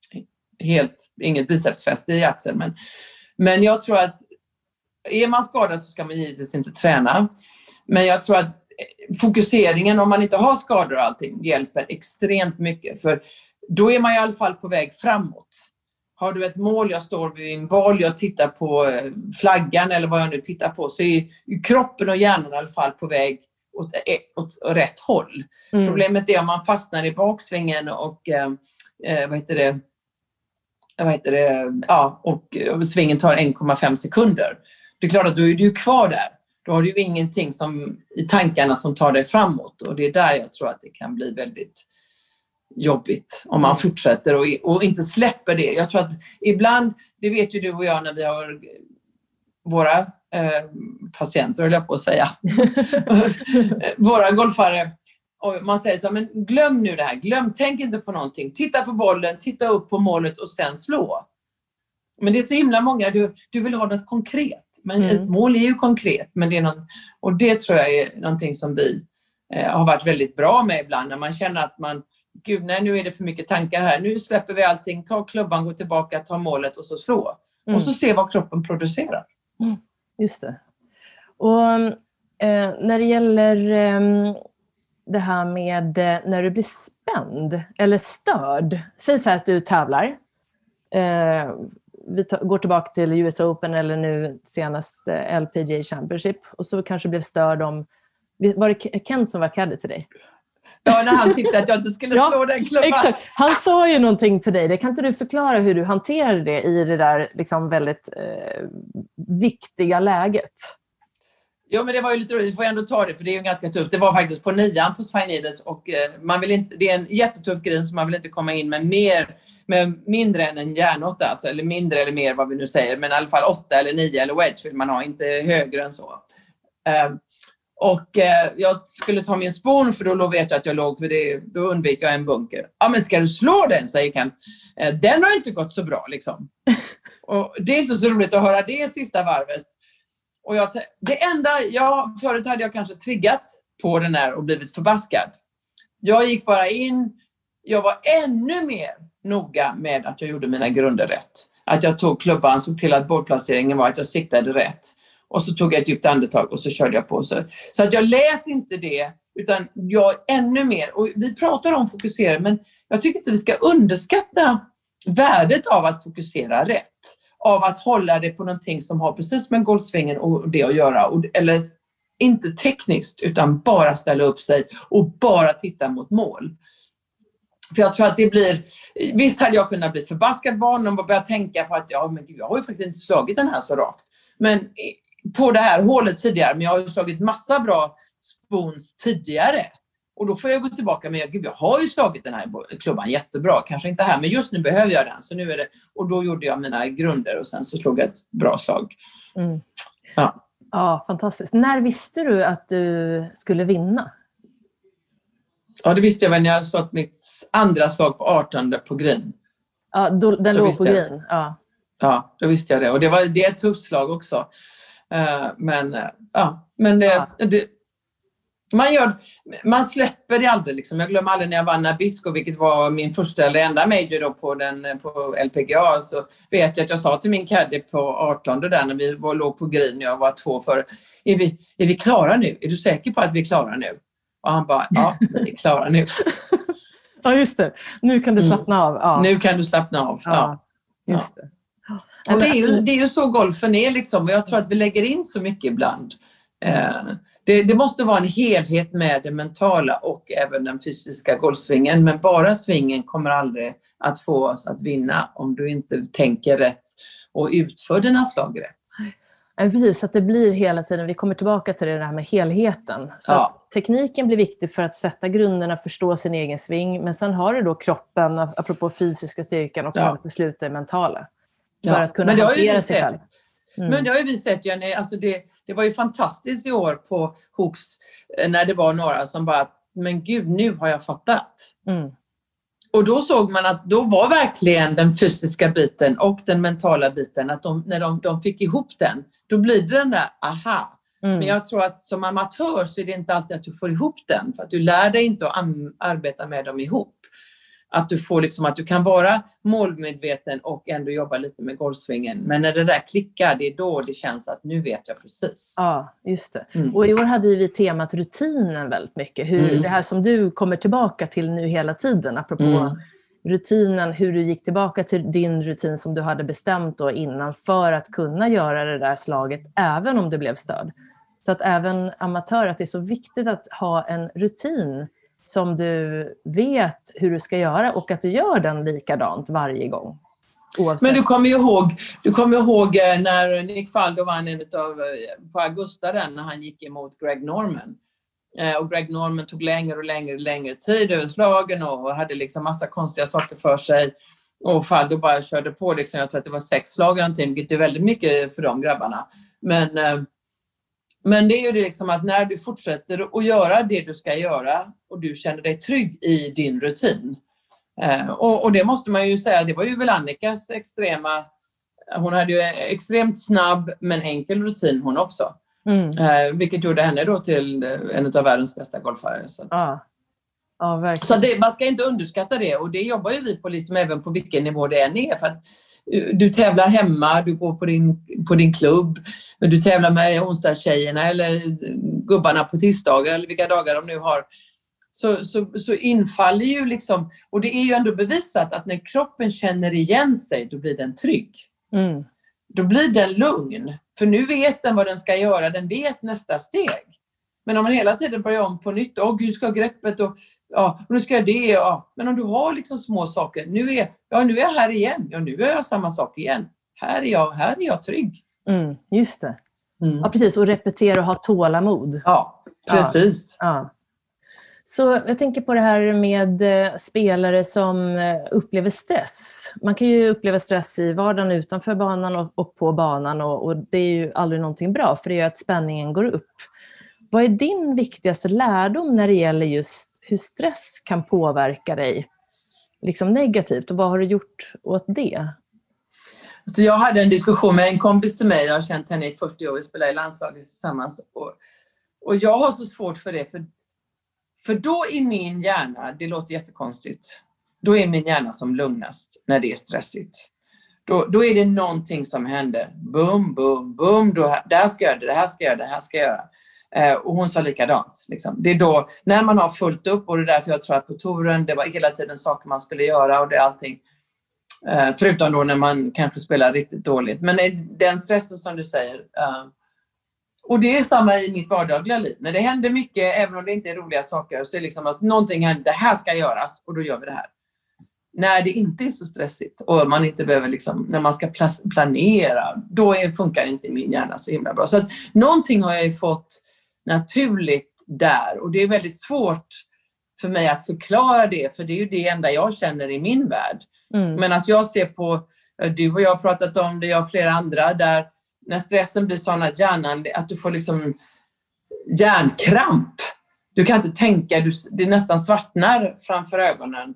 inget bicepsfäste i axeln. Men jag tror att är man skadad så ska man givetvis inte träna. Men jag tror att fokuseringen, om man inte har skador och allting, hjälper extremt mycket. För då är man i alla fall på väg framåt. Har du ett mål, jag står vid en boll, jag tittar på flaggan eller vad jag nu tittar på, så är kroppen och hjärnan i alla fall på väg åt rätt håll. Problemet är om man fastnar i baksvingen och och svingen tar 1,5 sekunder. Det är klart att då är du kvar där. Då har du ju ingenting i tankarna som tar dig framåt. Och det är där jag tror att det kan bli väldigt jobbigt om man fortsätter och inte släpper det. Jag tror att ibland, det vet ju du och jag när vi har våra patienter, höll jag på att säga. Våra golfare. Och man säger så, men glöm nu det här. Tänk inte på någonting. Titta på bollen, titta upp på målet och sen slå. Men det är så himla många, du vill ha något konkret. Men ett mål är ju konkret. Men det är och det tror jag är någonting som vi har varit väldigt bra med ibland. När man känner att nu är det för mycket tankar här. Nu släpper vi allting, ta klubban, gå tillbaka, ta målet och så slå. Och så se vad kroppen producerar. Just det. Och när det gäller det här med när du blir spänd eller störd. Säg så här att du tävlar. Vi går tillbaka till US Open eller nu senast LPGA Championship. Och så kanske blev störd var det Kent som var caddy till dig? Ja, när han tyckte att jag inte skulle slå den klubban. Exakt. Han sa ju någonting till dig. Kan inte du förklara hur du hanterade det i det där liksom väldigt viktiga läget? Ja, men det var ju lite roligt. Vi får ändå ta det, för det är ju ganska tufft. Det var faktiskt på 9 på Fine Needles, och man vill inte, det är en jättetuff grin, så man vill inte komma in med mindre än en järnåtta, alltså, eller mindre eller mer, vad vi nu säger, men i alla fall 8 eller 9 eller wedge vill man ha, inte högre än så. Jag skulle ta min spon, för då vet jag att jag låg, för det, då undviker jag en bunker. Ja, men ska du slå den, säger Kent. Den har inte gått så bra liksom. Och det är inte så roligt att höra det sista varvet. Och förut hade jag kanske triggat på den här och blivit förbaskad. Jag gick bara in, jag var ännu mer noga med att jag gjorde mina grunder rätt. Att jag tog klubban, såg till att bollplaceringen var att jag siktade rätt. Och så tog jag ett djupt andetag och så körde jag på. Så att jag lät inte det, utan jag ännu mer. Och vi pratar om fokusera, men jag tycker inte vi ska underskatta värdet av att fokusera rätt. Av att hålla det på någonting som har precis med golfsvingen och det att göra. Eller inte tekniskt, utan bara ställa upp sig och bara titta mot mål. För jag tror att det blir... Visst hade jag kunnat bli förbaskad barn och börja tänka på att jag har ju faktiskt inte slagit den här så rakt. Men på det här hålet tidigare, men jag har ju slagit massa bra spons tidigare. Och då får jag gå tillbaka med, jag har ju slagit den här klubban jättebra, kanske inte här, men just nu behöver jag den. Så nu är det, och då gjorde jag mina grunder och sen så slog jag ett bra slag. Mm. Ja, fantastiskt. När visste du att du skulle vinna? Ja, det visste jag väl när jag hade slått mitt andra slag på 18 på green. Ja, den låg på green. Ja, då visste jag det. Och det är ett tufft slag också. Men man släpper det aldrig liksom. Jag glömmer aldrig när jag vann Nabisco, vilket var min första eller enda major då på LPGA, så vet jag att jag sa till min caddy på 18 där när vi låg på green, jag var 2 för, är vi klara nu? Är du säker på att vi är klara nu? Och han bara, ja, vi är klara nu. Ja, just det. Nu kan du slappna av. Ja. Nu kan du slappna av. Ja. Just det. Och det är ju så golfen är liksom. Och jag tror att vi lägger in så mycket ibland. Det måste vara en helhet med det mentala och även den fysiska golfsvingen. Men bara svingen kommer aldrig att få oss att vinna om du inte tänker rätt och utför dina slag rätt. Precis, att det blir hela tiden, vi kommer tillbaka till det här med helheten. Så att tekniken blir viktig för att sätta grunderna, förstå sin egen sving. Men sen har du då kroppen, apropå fysiska styrkan, och sen till slut det mentala. För att kunna hantera sig själv. Men det har ju vi sett, Jenny, alltså det var ju fantastiskt i år på Hooks när det var några som bara, men gud, nu har jag fattat. Och då såg man att då var verkligen den fysiska biten och den mentala biten, att när de fick ihop den, då blir det den där aha. Men jag tror att som amatör så är det inte alltid att du får ihop den, för att du lär dig inte att arbeta med dem ihop. Att du får liksom, att du kan vara målmedveten och ändå jobba lite med golfsvingen. Men när det där klickar, det är då det känns att nu vet jag precis. Ja, just det. Och i år hade vi temat rutinen väldigt mycket. Det här som du kommer tillbaka till nu hela tiden, apropå rutinen, hur du gick tillbaka till din rutin som du hade bestämt då innan för att kunna göra det där slaget även om du blev störd. Så att även amatörer, att det är så viktigt att ha en rutin som du vet hur du ska göra och att du gör den likadant varje gång. Oavsett. Men du kommer ihåg när Nick Faldo vann på Augusta när han gick emot Greg Norman. Och Greg Norman tog längre och längre tid över slagen och hade liksom massa konstiga saker för sig. Och Faldo bara körde på liksom, jag tror att det var 6 slag eller någonting, vilket är väldigt mycket för de grabbarna. Men det är ju det liksom att när du fortsätter att göra det du ska göra och du känner dig trygg i din rutin. Och det måste man ju säga, det var ju väl Annikas extrema, hon hade ju extremt snabb men enkel rutin hon också. Vilket gjorde henne då till en av världens bästa golfare. Så ja, verkligen. Så man ska inte underskatta det, och det jobbar ju vi på liksom även på vilken nivå det än är, för att du tävlar hemma, du går på din klubb, men du tävlar med onsdagstjejerna eller gubbarna på tisdagar eller vilka dagar de nu har, så infaller ju liksom, och det är ju ändå bevisat att när kroppen känner igen sig, då blir den trygg. Då blir den lugn, för nu vet den vad den ska göra, den vet nästa steg. Men om man hela tiden börjar om på nytt, gud ska greppet och nu ska jag det, men om du har liksom små saker, nu är jag här igen, nu gör jag samma sak igen, här är jag trygg. Just det. Ja, precis. Och repetera och ha tålamod. Ja, precis. Ja. Så jag tänker på det här med spelare som upplever stress. Man kan ju uppleva stress i vardagen utanför banan och på banan. Och det är ju aldrig någonting bra, för det gör att spänningen går upp. Vad är din viktigaste lärdom när det gäller just hur stress kan påverka dig liksom negativt? Och vad har du gjort åt det? Så jag hade en diskussion med en kompis till mig. Jag har känt henne i 40 år. Vi spelar i landslaget tillsammans. Och jag har så svårt för det. För då är min hjärna, det låter jättekonstigt, då är min hjärna som lugnast när det är stressigt. Då är det någonting som händer. Bum, bum, bum. Det här ska jag göra, det här ska jag göra, det här ska jag göra. Och hon sa likadant. Liksom. Det är då, när man har fullt upp, och det är därför jag tror att på touren, det var hela tiden saker man skulle göra och det är allting. Förutom då när man kanske spelar riktigt dåligt. Men den stressen som du säger. Och det är samma i mitt vardagliga liv. När det händer mycket, även om det inte är roliga saker, så är det liksom att någonting händer, det här ska göras och då gör vi det här. När det inte är så stressigt och man inte behöver liksom, när man ska planera, då funkar inte min hjärna så himla bra. Så att någonting har jag ju fått naturligt där, och det är väldigt svårt för mig att förklara det, för det är ju det enda jag känner i min värld. Men att jag ser på, du och jag har pratat om det, jag och flera andra, där när stressen blir sån att hjärnan, att du får liksom hjärnkramp. Du kan inte tänka, det nästan svartnar framför ögonen.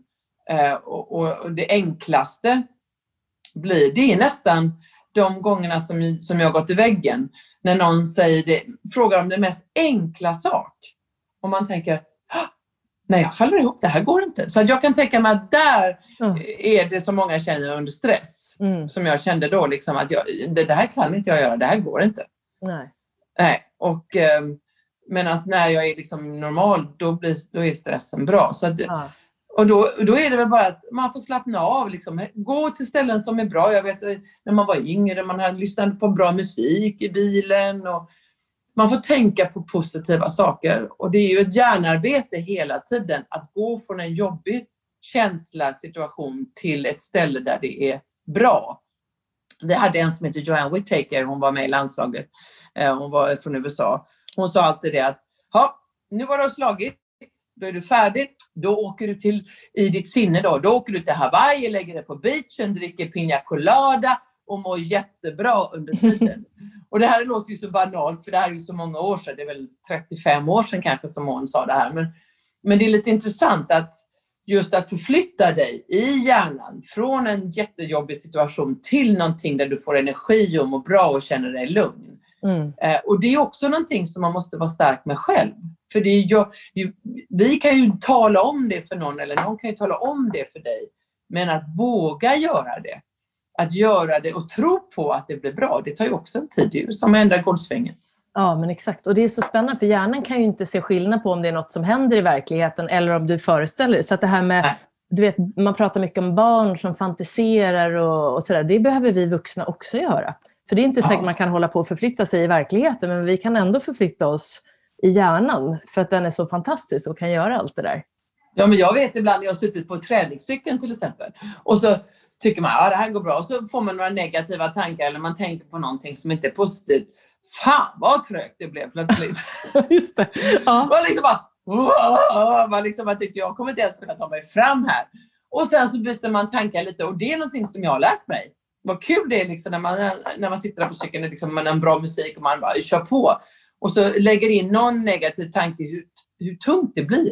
Och det enklaste blir, det är nästan de gångerna som jag gått i väggen. När någon frågar om det mest enkla sak. Och man tänker, nej, jag faller ihop, det här går inte. Så att jag kan tänka mig att där är det som många känner under stress. Som jag kände då, liksom, att det här kan inte jag göra, det här går inte. Nej. Och medan när jag är liksom normal, då är stressen bra. Så att, och då är det väl bara att man får slappna av. Liksom. Gå till ställen som är bra. Jag vet när man var yngre, man hade lyssnat på bra musik i bilen. Och man får tänka på positiva saker. Och det är ju ett hjärnarbete hela tiden. Att gå från en jobbig situation till ett ställe där det är bra. Det hade en som heter Joanne Whittaker. Hon var med i landslaget. Hon var från USA. Hon sa alltid det att nu var du slagit. Då är du färdig. Då åker du i ditt sinne då. Då åker du till Hawaii, lägger dig på beachen, dricker pina colada och mår jättebra under tiden. Och det här låter ju så banalt, för det här är ju så många år sedan. Det är väl 35 år sedan kanske som hon sa det här. Men det är lite intressant att just att förflytta dig i hjärnan från en jättejobbig situation till någonting där du får energi och mår bra och känner dig lugn. Och det är också någonting som man måste vara stark med själv. För vi kan ju tala om det för någon, eller någon kan ju tala om det för dig. Men att våga göra det, att göra det och tro på att det blir bra, det tar ju också en tid. Det är ju som att ändra golvsvängen. Ja, men exakt. Och det är så spännande, för hjärnan kan ju inte se skillnad på om det är något som händer i verkligheten eller om du föreställer dig. Så att det här med, du vet, man pratar mycket om barn som fantiserar och sådär. Det behöver vi vuxna också göra. För det är inte säkert man kan hålla på och förflytta sig i verkligheten, men vi kan ändå förflytta oss i hjärnan för att den är så fantastisk och kan göra allt det där. Ja, men jag vet ibland, jag har suttit på träningscykeln till exempel. Och så tycker man, det här går bra. Och så får man några negativa tankar eller man tänker på någonting som inte är positivt. Fan vad trögt det blev plötsligt. Just det. Ja. Man liksom bara, man liksom bara tyckte, jag kommer inte ens kunna ta mig fram här. Och sen så byter man tankar lite, och det är någonting som jag har lärt mig. Vad kul det är liksom när man sitter där på cykeln liksom, med en bra musik och man bara kör på. Och så lägger in någon negativ tanke hur tungt det blir.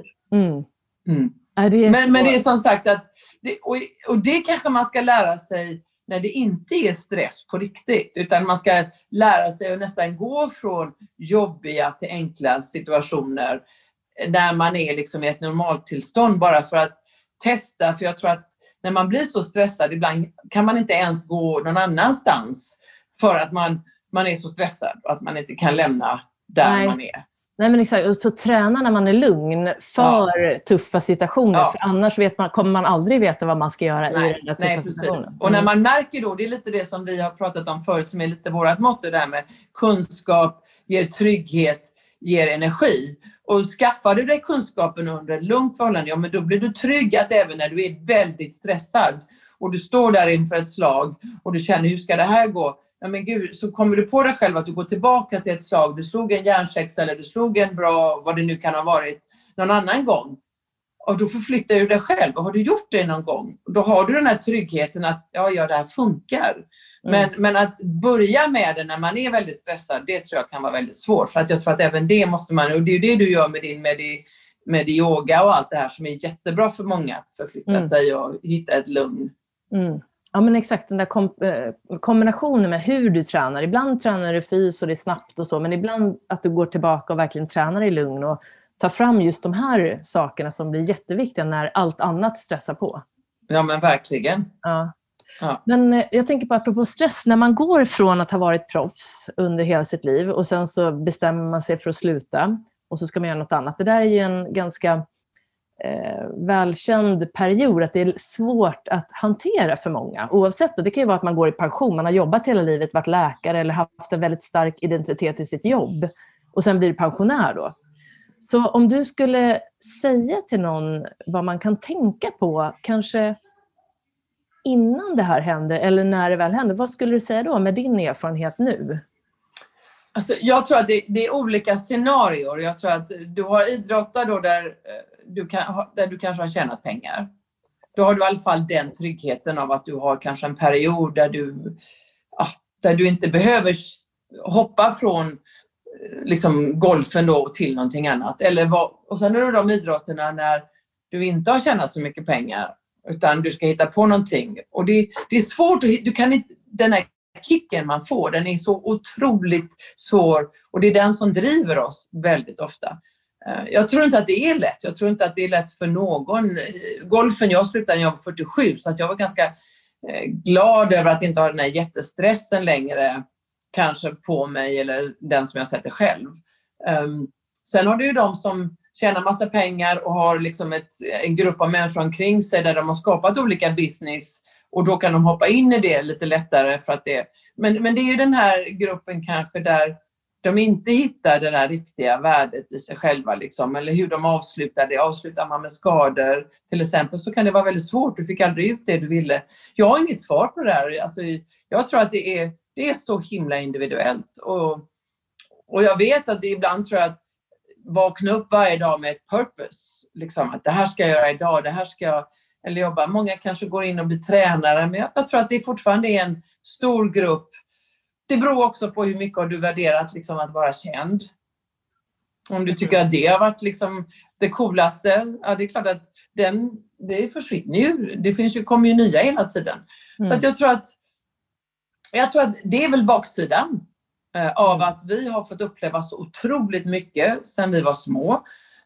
Men det är som sagt att och det kanske man ska lära sig när det inte är stress på riktigt, utan man ska lära sig att nästan gå från jobbiga till enkla situationer när man är liksom i ett normaltillstånd, bara för att testa. För jag tror att när man blir så stressad ibland kan man inte ens gå någon annanstans för att man är så stressad och att man inte kan lämna där man är. Nej, men exakt. Och så träna när man är lugn för tuffa situationer. För annars kommer man aldrig veta vad man ska göra i den där tuffa situationen. Och när man märker då, det är lite det som vi har pratat om förut, som är lite vårat motto där med kunskap ger trygghet, ger energi. Och skaffar du dig kunskapen under ett lugnt förhållande, men då blir du trygg att även när du är väldigt stressad och du står där inför ett slag och du känner, hur ska det här gå? ja men gud, så kommer du på dig själv att du går tillbaka till ett slag. Du slog en järnsexa eller du slog en bra, vad det nu kan ha varit, någon annan gång. Och då förflyttar du dig själv. Och har du gjort det någon gång, då har du den här tryggheten att ja det här funkar. Men att börja med det när man är väldigt stressad, det tror jag kan vara väldigt svårt. Så att jag tror att även det måste man, och det är det du gör med yoga och allt det här som är jättebra för många, att förflytta sig och hitta ett lugn. Ja men exakt, den där kombinationen med hur du tränar. Ibland tränar du fys och det är snabbt och så, men ibland att du går tillbaka och verkligen tränar i lugn och tar fram just de här sakerna som blir jätteviktiga när allt annat stressar på. Ja men verkligen. Ja. Men jag tänker på apropå stress, när man går från att ha varit proffs under hela sitt liv och sen så bestämmer man sig för att sluta och så ska man göra något annat. Det där är ju en ganska välkänd period, att det är svårt att hantera för många oavsett, och det kan ju vara att man går i pension, man har jobbat hela livet, varit läkare eller haft en väldigt stark identitet i sitt jobb och sen blir du pensionär då. Så om du skulle säga till någon vad man kan tänka på kanske innan det här händer eller när det väl händer, vad skulle du säga då med din erfarenhet nu? Alltså, jag tror att det är olika scenarier. Jag tror att du har idrottare då där du kanske har tjänat pengar. Då har du i alla fall den tryggheten av att du har kanske en period där du inte behöver hoppa från liksom golfen då till någonting annat. Och sen är det de idrotterna när du inte har tjänat så mycket pengar utan du ska hitta på någonting. Och det är svårt, du kan inte, den här kicken man får, den är så otroligt svår och det är den som driver oss väldigt ofta. Jag tror inte att det är lätt. Jag tror inte att det är lätt för någon. Golfen, jag slutade när jag var 47 så att jag var ganska glad över att inte ha den här jättestressen längre kanske på mig eller den som jag sätter själv. Sen har du ju de som tjänar massa pengar och har liksom en grupp av människor omkring sig där de har skapat olika business och då kan de hoppa in i det lite lättare för att det. Men det är ju den här gruppen kanske där de inte hittar det där riktiga värdet i sig själva liksom, eller hur de avslutar det. Avslutar man med skador till exempel så kan det vara väldigt svårt. Du fick aldrig ut det du ville. Jag har inget svar på det här. Alltså, jag tror att det är så himla individuellt och jag vet att det ibland tror jag att vakna upp varje dag med ett purpose. Liksom, att det här ska jag göra idag, det här ska jag eller jobba. Många kanske går in och blir tränare men jag tror att det fortfarande är en stor grupp. Det beror också på hur mycket har du värderat liksom, att vara känd. Om du tycker att det har varit liksom, det coolaste, ja det är klart att det försvinner ju. Det kommer ju nya hela tiden. Så att jag tror att det är väl baksidan av att vi har fått uppleva så otroligt mycket sedan vi var små.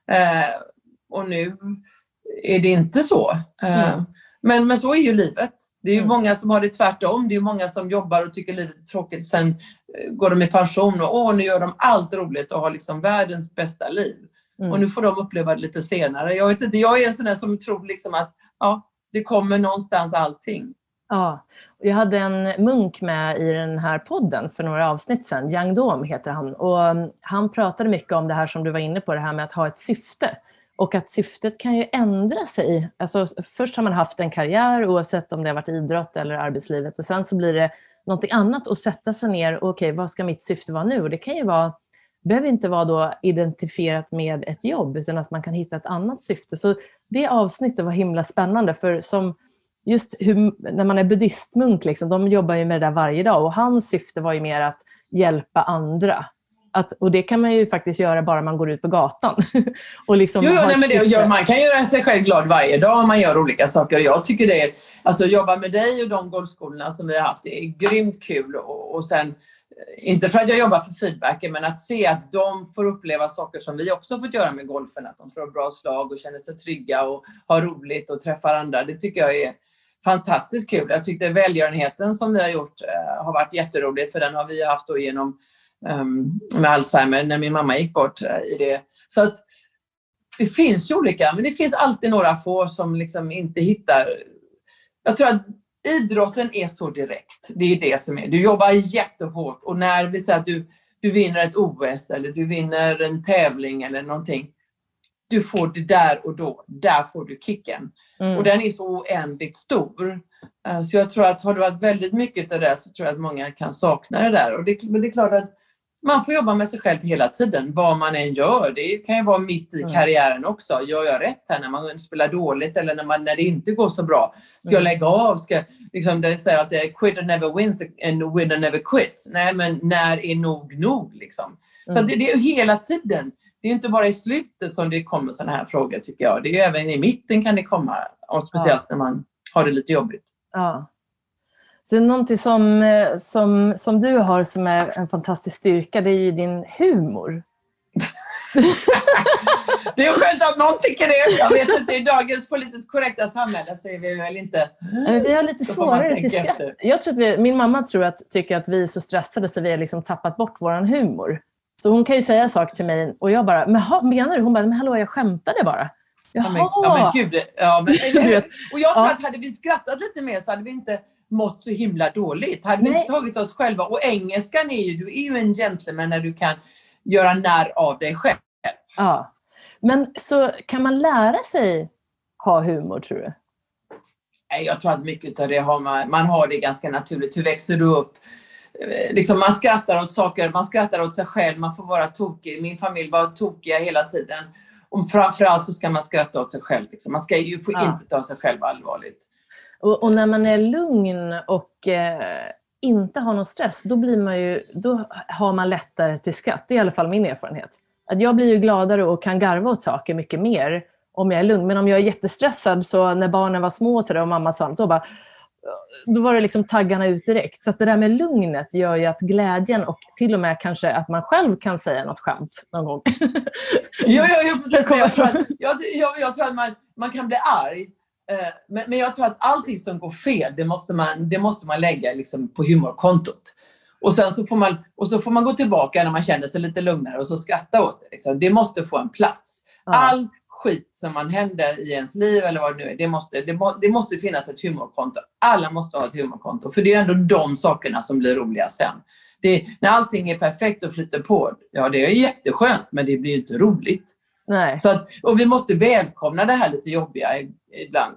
Och nu är det inte så. Men så är ju livet. Det är ju många som har det tvärtom. Det är ju många som jobbar och tycker livet är tråkigt. Sen går de i pension och nu gör de allt roligt och har liksom världens bästa liv. Och nu får de uppleva det lite senare. Jag vet inte, jag är en sån där som tror liksom att det kommer någonstans allting. Ja, jag hade en munk med i den här podden för några avsnitt sedan. Yang Dom heter han. Och han pratade mycket om det här som du var inne på. Det här med att ha ett syfte. Och att syftet kan ju ändra sig. Alltså, först har man haft en karriär oavsett om det har varit idrott eller arbetslivet. Och sen så blir det någonting annat att sätta sig ner. Okej, vad ska mitt syfte vara nu? Och det kan ju vara, behöver inte vara då identifierat med ett jobb. Utan att man kan hitta ett annat syfte. Så det avsnittet var himla spännande. För som just när man är buddhistmunk, liksom, de jobbar ju med det där varje dag. Och hans syfte var ju mer att hjälpa andra. Och det kan man ju faktiskt göra bara man går ut på gatan. Och liksom man kan göra sig själv glad varje dag om man gör olika saker. Jag tycker det är, alltså jobba med dig och de golfskolorna som vi har haft, det är grymt kul. Och sen, inte för att jag jobbar för feedbacken, men att se att de får uppleva saker som vi också fått göra med golfen. Att de får bra slag och känner sig trygga och har roligt och träffar andra. Det tycker jag är fantastiskt kul. Jag tyckte välgörenheten som vi har gjort har varit jätterolig. För den har vi haft då genom med Alzheimer när min mamma gick bort i det. Så att det finns ju olika, men det finns alltid några få som liksom inte hittar. Jag tror att idrotten är så direkt. Det är det som är. Du jobbar jättehårt och när vi säger att du vinner ett OS eller du vinner en tävling eller någonting. du får det där och då. Där får du kicken. Och den är så oändligt stor. Så jag tror att har du varit väldigt mycket av det, så tror jag att många kan sakna det där. Men det är klart att man får jobba med sig själv hela tiden. Vad man än gör. Det kan ju vara mitt i karriären också. Gör jag rätt här när man spelar dåligt? Eller när det inte går så bra? Ska jag lägga av? Liksom det säger att det är quitter never wins and winner never quits. Nej, men när är nog liksom? Så det är hela tiden. Det är inte bara i slutet som det kommer sådana här frågor, tycker jag. Det är även i mitten kan det komma. Och speciellt när man har det lite jobbigt. Ja. Så det är någonting som du har som är en fantastisk styrka, det är ju din humor. Det är skönt att någon tycker det. Jag vet inte, i dagens politiskt korrekta samhälle så är vi väl inte... Men vi har lite svårare till skratt. Jag tror att min mamma tycker att vi är så stressade så vi har liksom tappat bort våran humor. Så hon kan ju säga saker till mig och jag bara, menar du? Hon bara, men hallå, jag skämtade bara. Ja, men gud. Och jag tror att hade vi skrattat lite mer så hade vi inte mått så himla dåligt. Hade vi inte tagit oss själva. Och engelskan du är ju en gentleman när du kan göra när av dig själv. Ja. Men så kan man lära sig ha humor, tror du? Jag tror att mycket av det man har det ganska naturligt. Hur växer du upp? Liksom man skrattar åt saker, man skrattar åt sig själv, man får vara tokig. Min familj var tokiga hela tiden. Och framförallt så ska man skratta åt sig själv. Liksom. Man ska ju inte ta sig själv allvarligt. Och när man är lugn och inte har någon stress, då har man lättare till skratt. Det är i alla fall min erfarenhet. Att jag blir ju gladare och kan garva åt saker mycket mer om jag är lugn. Men om jag är jättestressad, så när barnen var små så där, och mamma sa då var det liksom taggarna ut direkt. Så att det där med lugnet gör ju att glädjen och till och med kanske att man själv kan säga något skämt någon gång. Precis. Jag tror att man kan bli arg. Men jag tror att allting som går fel, det måste man lägga liksom på humorkontot. Och sen så får man gå tillbaka när man känner sig lite lugnare och så skratta åt det. Liksom. Det måste få en plats. All skit som man händer i ens liv eller vad det nu är, det måste finnas ett humorkonto. Alla måste ha ett humorkonto, för det är ändå de sakerna som blir roliga sen. När allting är perfekt och flyter på, det är jätteskönt, men det blir ju inte roligt. Nej. Och vi måste välkomna det här lite jobbiga ibland.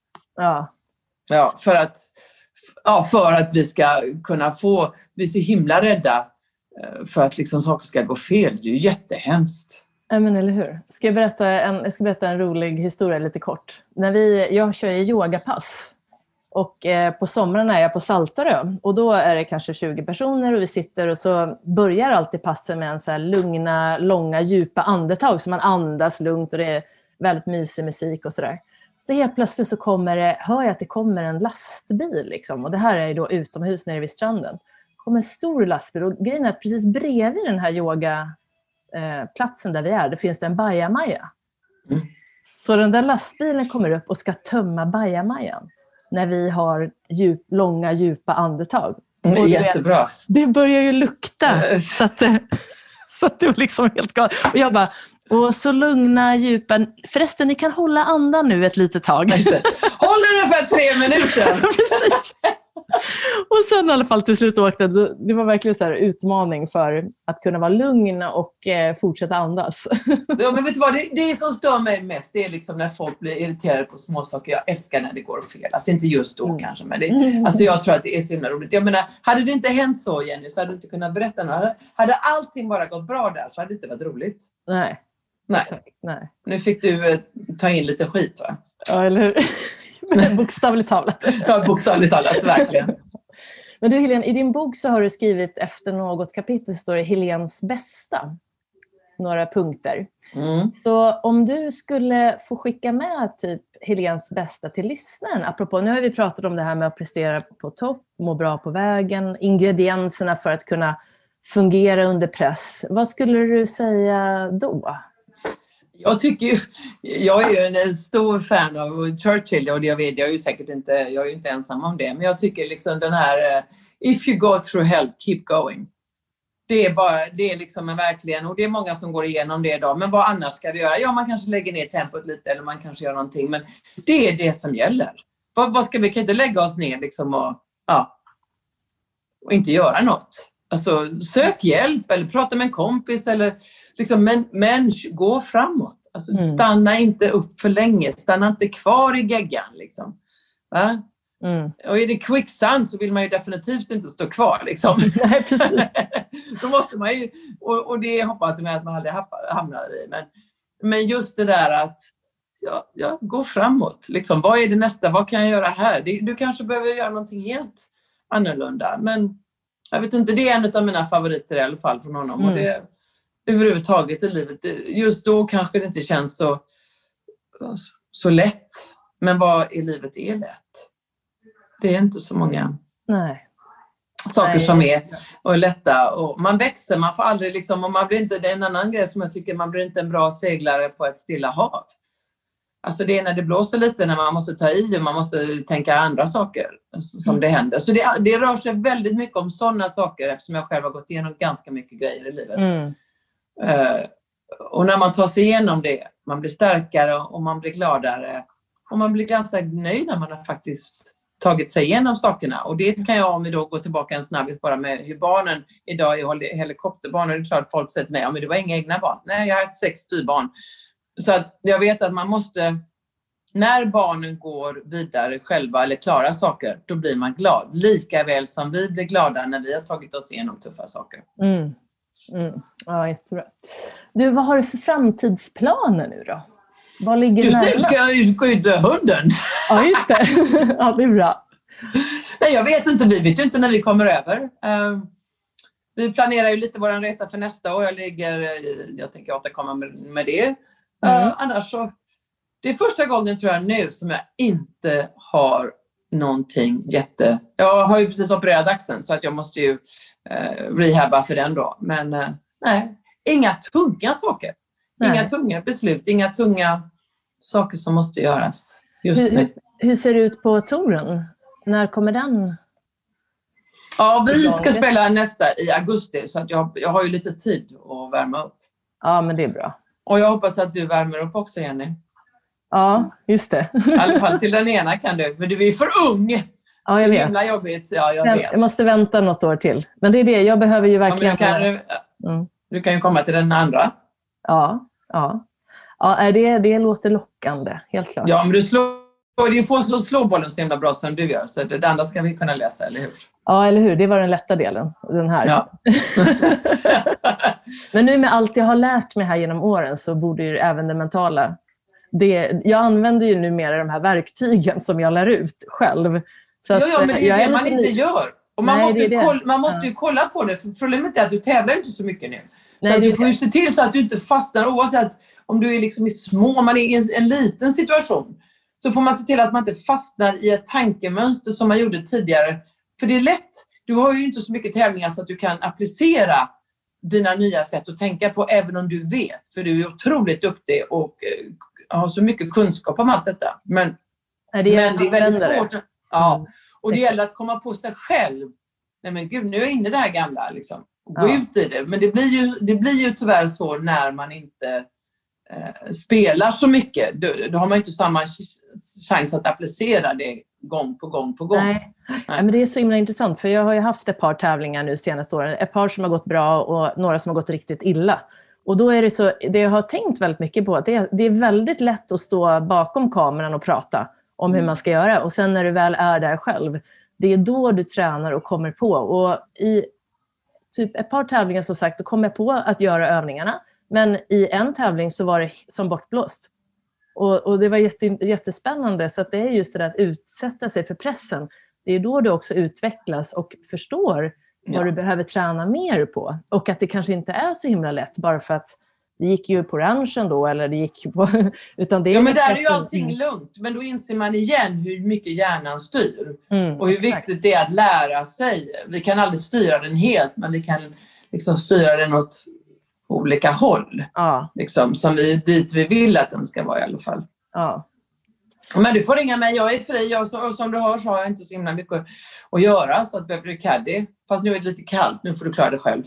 För att vi ska kunna vi är så himla rädda för att liksom saker ska gå fel. Det är ju jättehemskt. Ja, men eller hur? Jag ska berätta en rolig historia lite kort. Jag kör ju yogapass. Och på somrarna är jag på Saltarö. Och då är det kanske 20 personer och vi sitter och så börjar alltid passen med en så här lugna, långa, djupa andetag. Så man andas lugnt och det är väldigt mysig musik och sådär. Så helt plötsligt så hör jag att det kommer en lastbil liksom. Och det här är ju då utomhus nere vid stranden. Det kommer en stor lastbil och grejen är att precis bredvid den här yogaplatsen där vi är, det finns det en bajamaja. Så den där lastbilen kommer upp och ska tömma bajamajan när vi har långa, djupa andetag. Och jättebra. Det börjar ju lukta så att det var liksom helt galet. Och jag bara, så lugna, djupa. Förresten, ni kan hålla andan nu ett litet tag. Håll ungefär 3 minuter. Precis. Och sen i alla fall till slut åkte det var verkligen så här utmaning för att kunna vara lugn och fortsätta andas. Ja, men vet du vad, det som stör mig mest, det är liksom när folk blir irriterade på små saker. Jag älskar när det går fel. Alltså inte just då kanske, men alltså jag tror att det är så himla roligt. Jag menar, hade det inte hänt så, Jenny, så hade du inte kunnat berätta något. Hade allting bara gått bra där så hade det inte varit roligt. Nej. Exakt, nej. Nu fick du ta in lite skit, va? Ja, eller hur? Men bokstavligt talat. Ja, bokstavligt talat, verkligen. Men du Helene, i din bok så har du skrivit efter något kapitel står det Helens bästa. Några punkter. Så om du skulle få skicka med typ Helens bästa till lyssnaren. Apropå, nu har vi pratat om det här med att prestera på topp, må bra på vägen, ingredienserna för att kunna fungera under press. Vad skulle du säga då? Jag är ju en stor fan av Churchill och jag är ju inte ensam om det. Men jag tycker liksom den här if you go through hell, keep going. Det är liksom verkligen, och det är många som går igenom det idag. Men vad annars ska vi göra? Ja, man kanske lägger ner tempot lite eller man kanske gör någonting. Men det är det som gäller. Vad ska vi kan inte lägga oss ner liksom och inte göra något. Alltså sök hjälp eller prata med en kompis eller liksom, men gå framåt. Alltså, stanna inte upp för länge. Stanna inte kvar i geggan. Liksom. Va? Och är det quicksand så vill man ju definitivt inte stå kvar. Liksom. Nej, precis. Då måste man ju, och det hoppas jag att man aldrig hamnar i. Men just det där att gå framåt. Liksom. Vad är det nästa? Vad kan jag göra här? Du kanske behöver göra någonting helt annorlunda. Men jag vet inte, det är en av mina favoriter i alla fall från honom. Och det överhuvudtaget i livet. Just då kanske det inte känns så lätt. Men vad i livet är lätt? Det är inte så många saker som är och lätta. Och man växer, man får aldrig liksom, och man blir inte, det är en annan grej som jag tycker, man blir inte en bra seglare på ett stilla hav. Alltså det är när det blåser lite, när man måste ta i och man måste tänka andra saker som det händer. Så det rör sig väldigt mycket om sådana saker eftersom jag själv har gått igenom ganska mycket grejer i livet. Och när man tar sig igenom det, man blir starkare och man blir gladare och man blir ganska nöjd när man har faktiskt tagit sig igenom sakerna. Och det kan jag, om vi då går tillbaka en snabbis bara med hur barnen idag är helikopterbarn. Och det är klart folk säger till mig, men det var inga egna barn. Nej, jag har 6 styrbarn. Så att jag vet att man måste, när barnen går vidare själva eller klarar saker, då blir man glad. Lika väl som vi blir glada när vi har tagit oss igenom tuffa saker. Ja, jättebra. Du, vad har du för framtidsplaner nu då? Vad ligger just nära? Nu ska jag utskydda hunden. Ja, just det. Ja, det är bra. Nej, jag vet inte. Vi vet ju inte när vi kommer över. Vi planerar ju lite vår resa för nästa år. Jag tänker återkomma med det. Annars så, det är första gången tror jag nu som jag inte har någonting jag har ju precis opererat axeln så att jag måste ju rehabba för den då. Men nej, inga tunga saker. Inga tunga beslut, inga tunga saker som måste göras just nu. Hur ser det ut på touren? När kommer den? Ja, vi ska spela nästa i augusti så att jag har ju lite tid att värma upp. Ja, men det är bra. Och jag hoppas att du värmer upp också, Jenny. Ja, just det. I alla fall till den ena kan du, för du är för ung. Ja, jag vet. Det är himla jobbigt. Ja, jag vet. Jag måste vänta något år till. Men det är det, jag behöver ju verkligen... Du kan ju komma till den andra. Ja, det låter lockande, helt klart. Ja, men du får slå bollen så himla bra som du gör. Så det andra ska vi kunna läsa, eller hur? Ja, eller hur? Det var den lätta delen, den här. Ja. Men nu med allt jag har lärt mig här genom åren så borde ju även det mentala... jag använder ju numera de här verktygen som jag lär ut själv. Så men det är det man inte gör. Och man måste ju kolla på det. För problemet är att du tävlar inte så mycket nu. Så du får ju se till så att du inte fastnar, oavsett om du är liksom man är i en liten situation. Så får man se till att man inte fastnar i ett tankemönster som man gjorde tidigare. För det är lätt. Du har ju inte så mycket tävlingar så att du kan applicera dina nya sätt att tänka på, även om du vet. För du är otroligt duktig och har så mycket kunskap om allt detta. Men det är väldigt svårt. Ja. Och det gäller att komma på sig själv. Nej men gud, nu är jag inne i det här gamla liksom. Gå ut i det. Men det blir ju tyvärr så när man inte spelar så mycket. Då har man inte samma chans att applicera det gång på gång på gång. Nej, men det är så himla intressant. För jag har ju haft ett par tävlingar nu senaste åren. Ett par som har gått bra och några som har gått riktigt illa. Och då är det så, det jag har tänkt väldigt mycket på, att det är väldigt lätt att stå bakom kameran och prata om hur man ska göra. Och sen när du väl är där själv, det är då du tränar och kommer på. Och i typ ett par tävlingar som sagt, då kom jag på att göra övningarna. Men i en tävling så var det som bortblåst. Och det var jättespännande. Så att det är just det där att utsätta sig för pressen. Det är då du också utvecklas och förstår vad du behöver träna mer på. Och att det kanske inte är så himla lätt bara för att det gick ju på ranchen då, eller det gick på... Utan det är men där är ju allting lugnt. Men då inser man igen hur mycket hjärnan styr. Och hur viktigt det är att lära sig. Vi kan aldrig styra den helt, men vi kan liksom styra den åt olika håll. Ja. Liksom, dit vi vill att den ska vara i alla fall. Ja. Men du får ringa mig, jag är fri. Och som du hör så har jag inte så himla mycket att göra. Så att jag blir caddy. Fast nu är det lite kallt, nu får du klara det själv.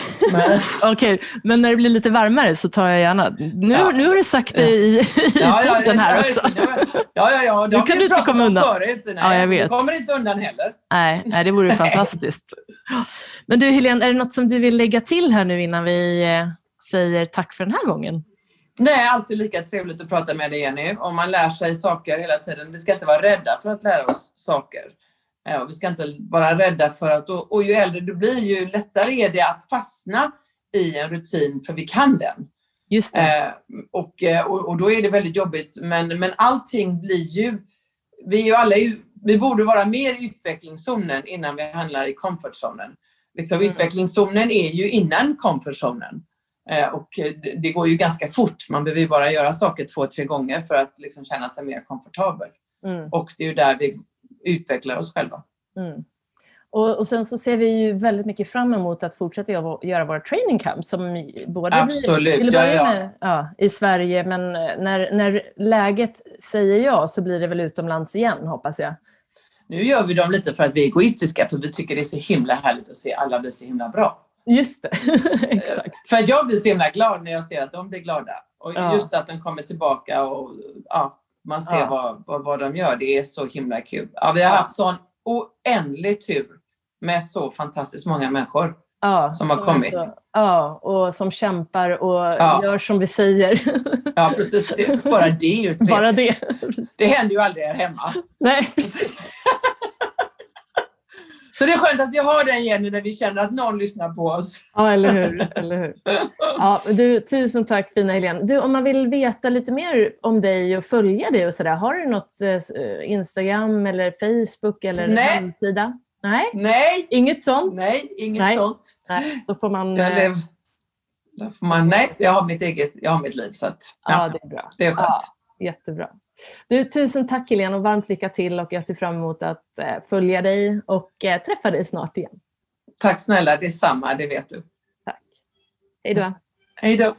Okej, men när det blir lite varmare så tar jag gärna. Nu har du sagt det i den här också. Ja. Nu kan du inte komma undan. Jag vet. Du kommer inte undan heller. Nej, det vore fantastiskt. Men du Helene, är det något som du vill lägga till här nu innan vi säger tack för den här gången? Nej, alltid lika trevligt att prata med dig, Jenny. Om man lär sig saker hela tiden. Vi ska inte vara rädda för att lära oss saker. Och vi ska inte vara rädda för att... Och ju äldre du blir, ju lättare är det att fastna i en rutin, för vi kan den. Just det. Och då är det väldigt jobbigt. Men allting blir ju... Vi borde vara mer i utvecklingszonen innan vi handlar i comfortzonen. Liksom, utvecklingszonen är ju innan comfortzonen. Och det går ju ganska fort. Man behöver ju bara göra saker 2-3 gånger för att liksom känna sig mer komfortabel. Och det är ju där vi utvecklar oss själva. Och sen så ser vi ju väldigt mycket fram emot att fortsätta göra våra training camps som både absolut, med, i Sverige, men när läget säger ja så blir det väl utomlands igen, hoppas jag. Nu gör vi dem lite för att vi är egoistiska, för vi tycker det är så himla härligt att se alla bli så himla bra. Just det, exakt. För att jag blir så himla glad när jag ser att de blir glada. Och just att de kommer tillbaka och man ser vad de gör. Det är så himla kul. Ja, vi har haft sån oändlig tur med så fantastiskt många människor som har kommit. Och som kämpar och gör som vi säger. Ja, precis. Bara det är ju trevligt. Bara det. Det händer ju aldrig här hemma. Nej, precis. Så det är skönt att vi har den, Jenny, när vi känner att någon lyssnar på oss. Ja, eller hur. Ja, du, tusen tack, fina Helene. Du, om man vill veta lite mer om dig och följa dig och sådär, har du något Instagram eller Facebook eller hemsida? Nej. Inget sånt? Nej, inget sånt. Nej, då får man... Nej, jag har mitt liv. Så att, ja, det är bra. Det är skönt. Ja, jättebra. Du, tusen tack Helene och varmt lycka till, och jag ser fram emot att följa dig och träffa dig snart igen. Tack snälla, det är samma, det vet du. Tack. Hej då. Hej då.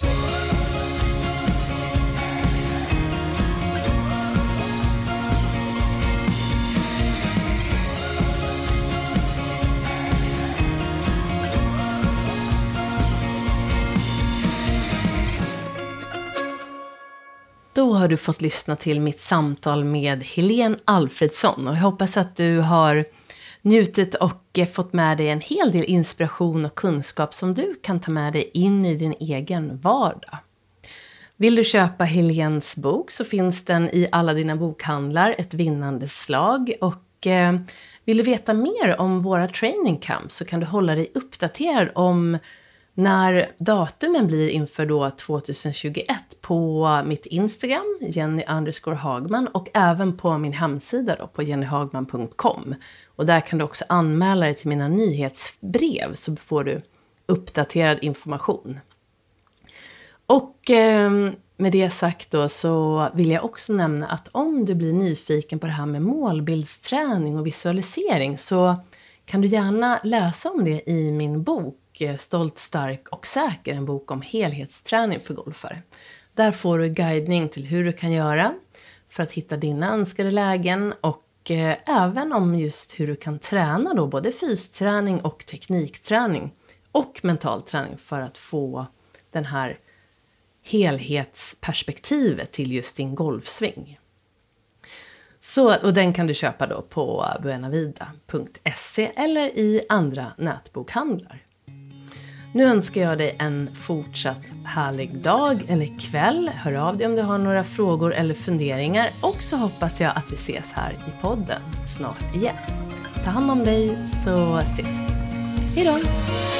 Då har du fått lyssna till mitt samtal med Helene Alfredsson, och jag hoppas att du har njutit och fått med dig en hel del inspiration och kunskap som du kan ta med dig in i din egen vardag. Vill du köpa Helenes bok så finns den i alla dina bokhandlar, Ett vinnande slag, och vill du veta mer om våra training camps så kan du hålla dig uppdaterad om när datumen blir inför då 2021 på mitt Instagram, Jenny_Hagman, och även på min hemsida då, på jennyhagman.com. Och där kan du också anmäla dig till mina nyhetsbrev så får du uppdaterad information. Och med det sagt då så vill jag också nämna att om du blir nyfiken på det här med målbildsträning och visualisering så kan du gärna läsa om det i min bok Stolt, stark och säker, en bok om helhetsträning för golfare. Där får du guidning till hur du kan göra för att hitta dina önskade lägen, och även om just hur du kan träna då både fysträning och teknikträning och mental träning för att få den här helhetsperspektivet till just din golfsving. Så, och den kan du köpa då på buenavida.se eller i andra nätbokhandlar. Nu önskar jag dig en fortsatt härlig dag eller kväll. Hör av dig om du har några frågor eller funderingar. Och så hoppas jag att vi ses här i podden snart igen. Ta hand om dig så ses vi. Hej då!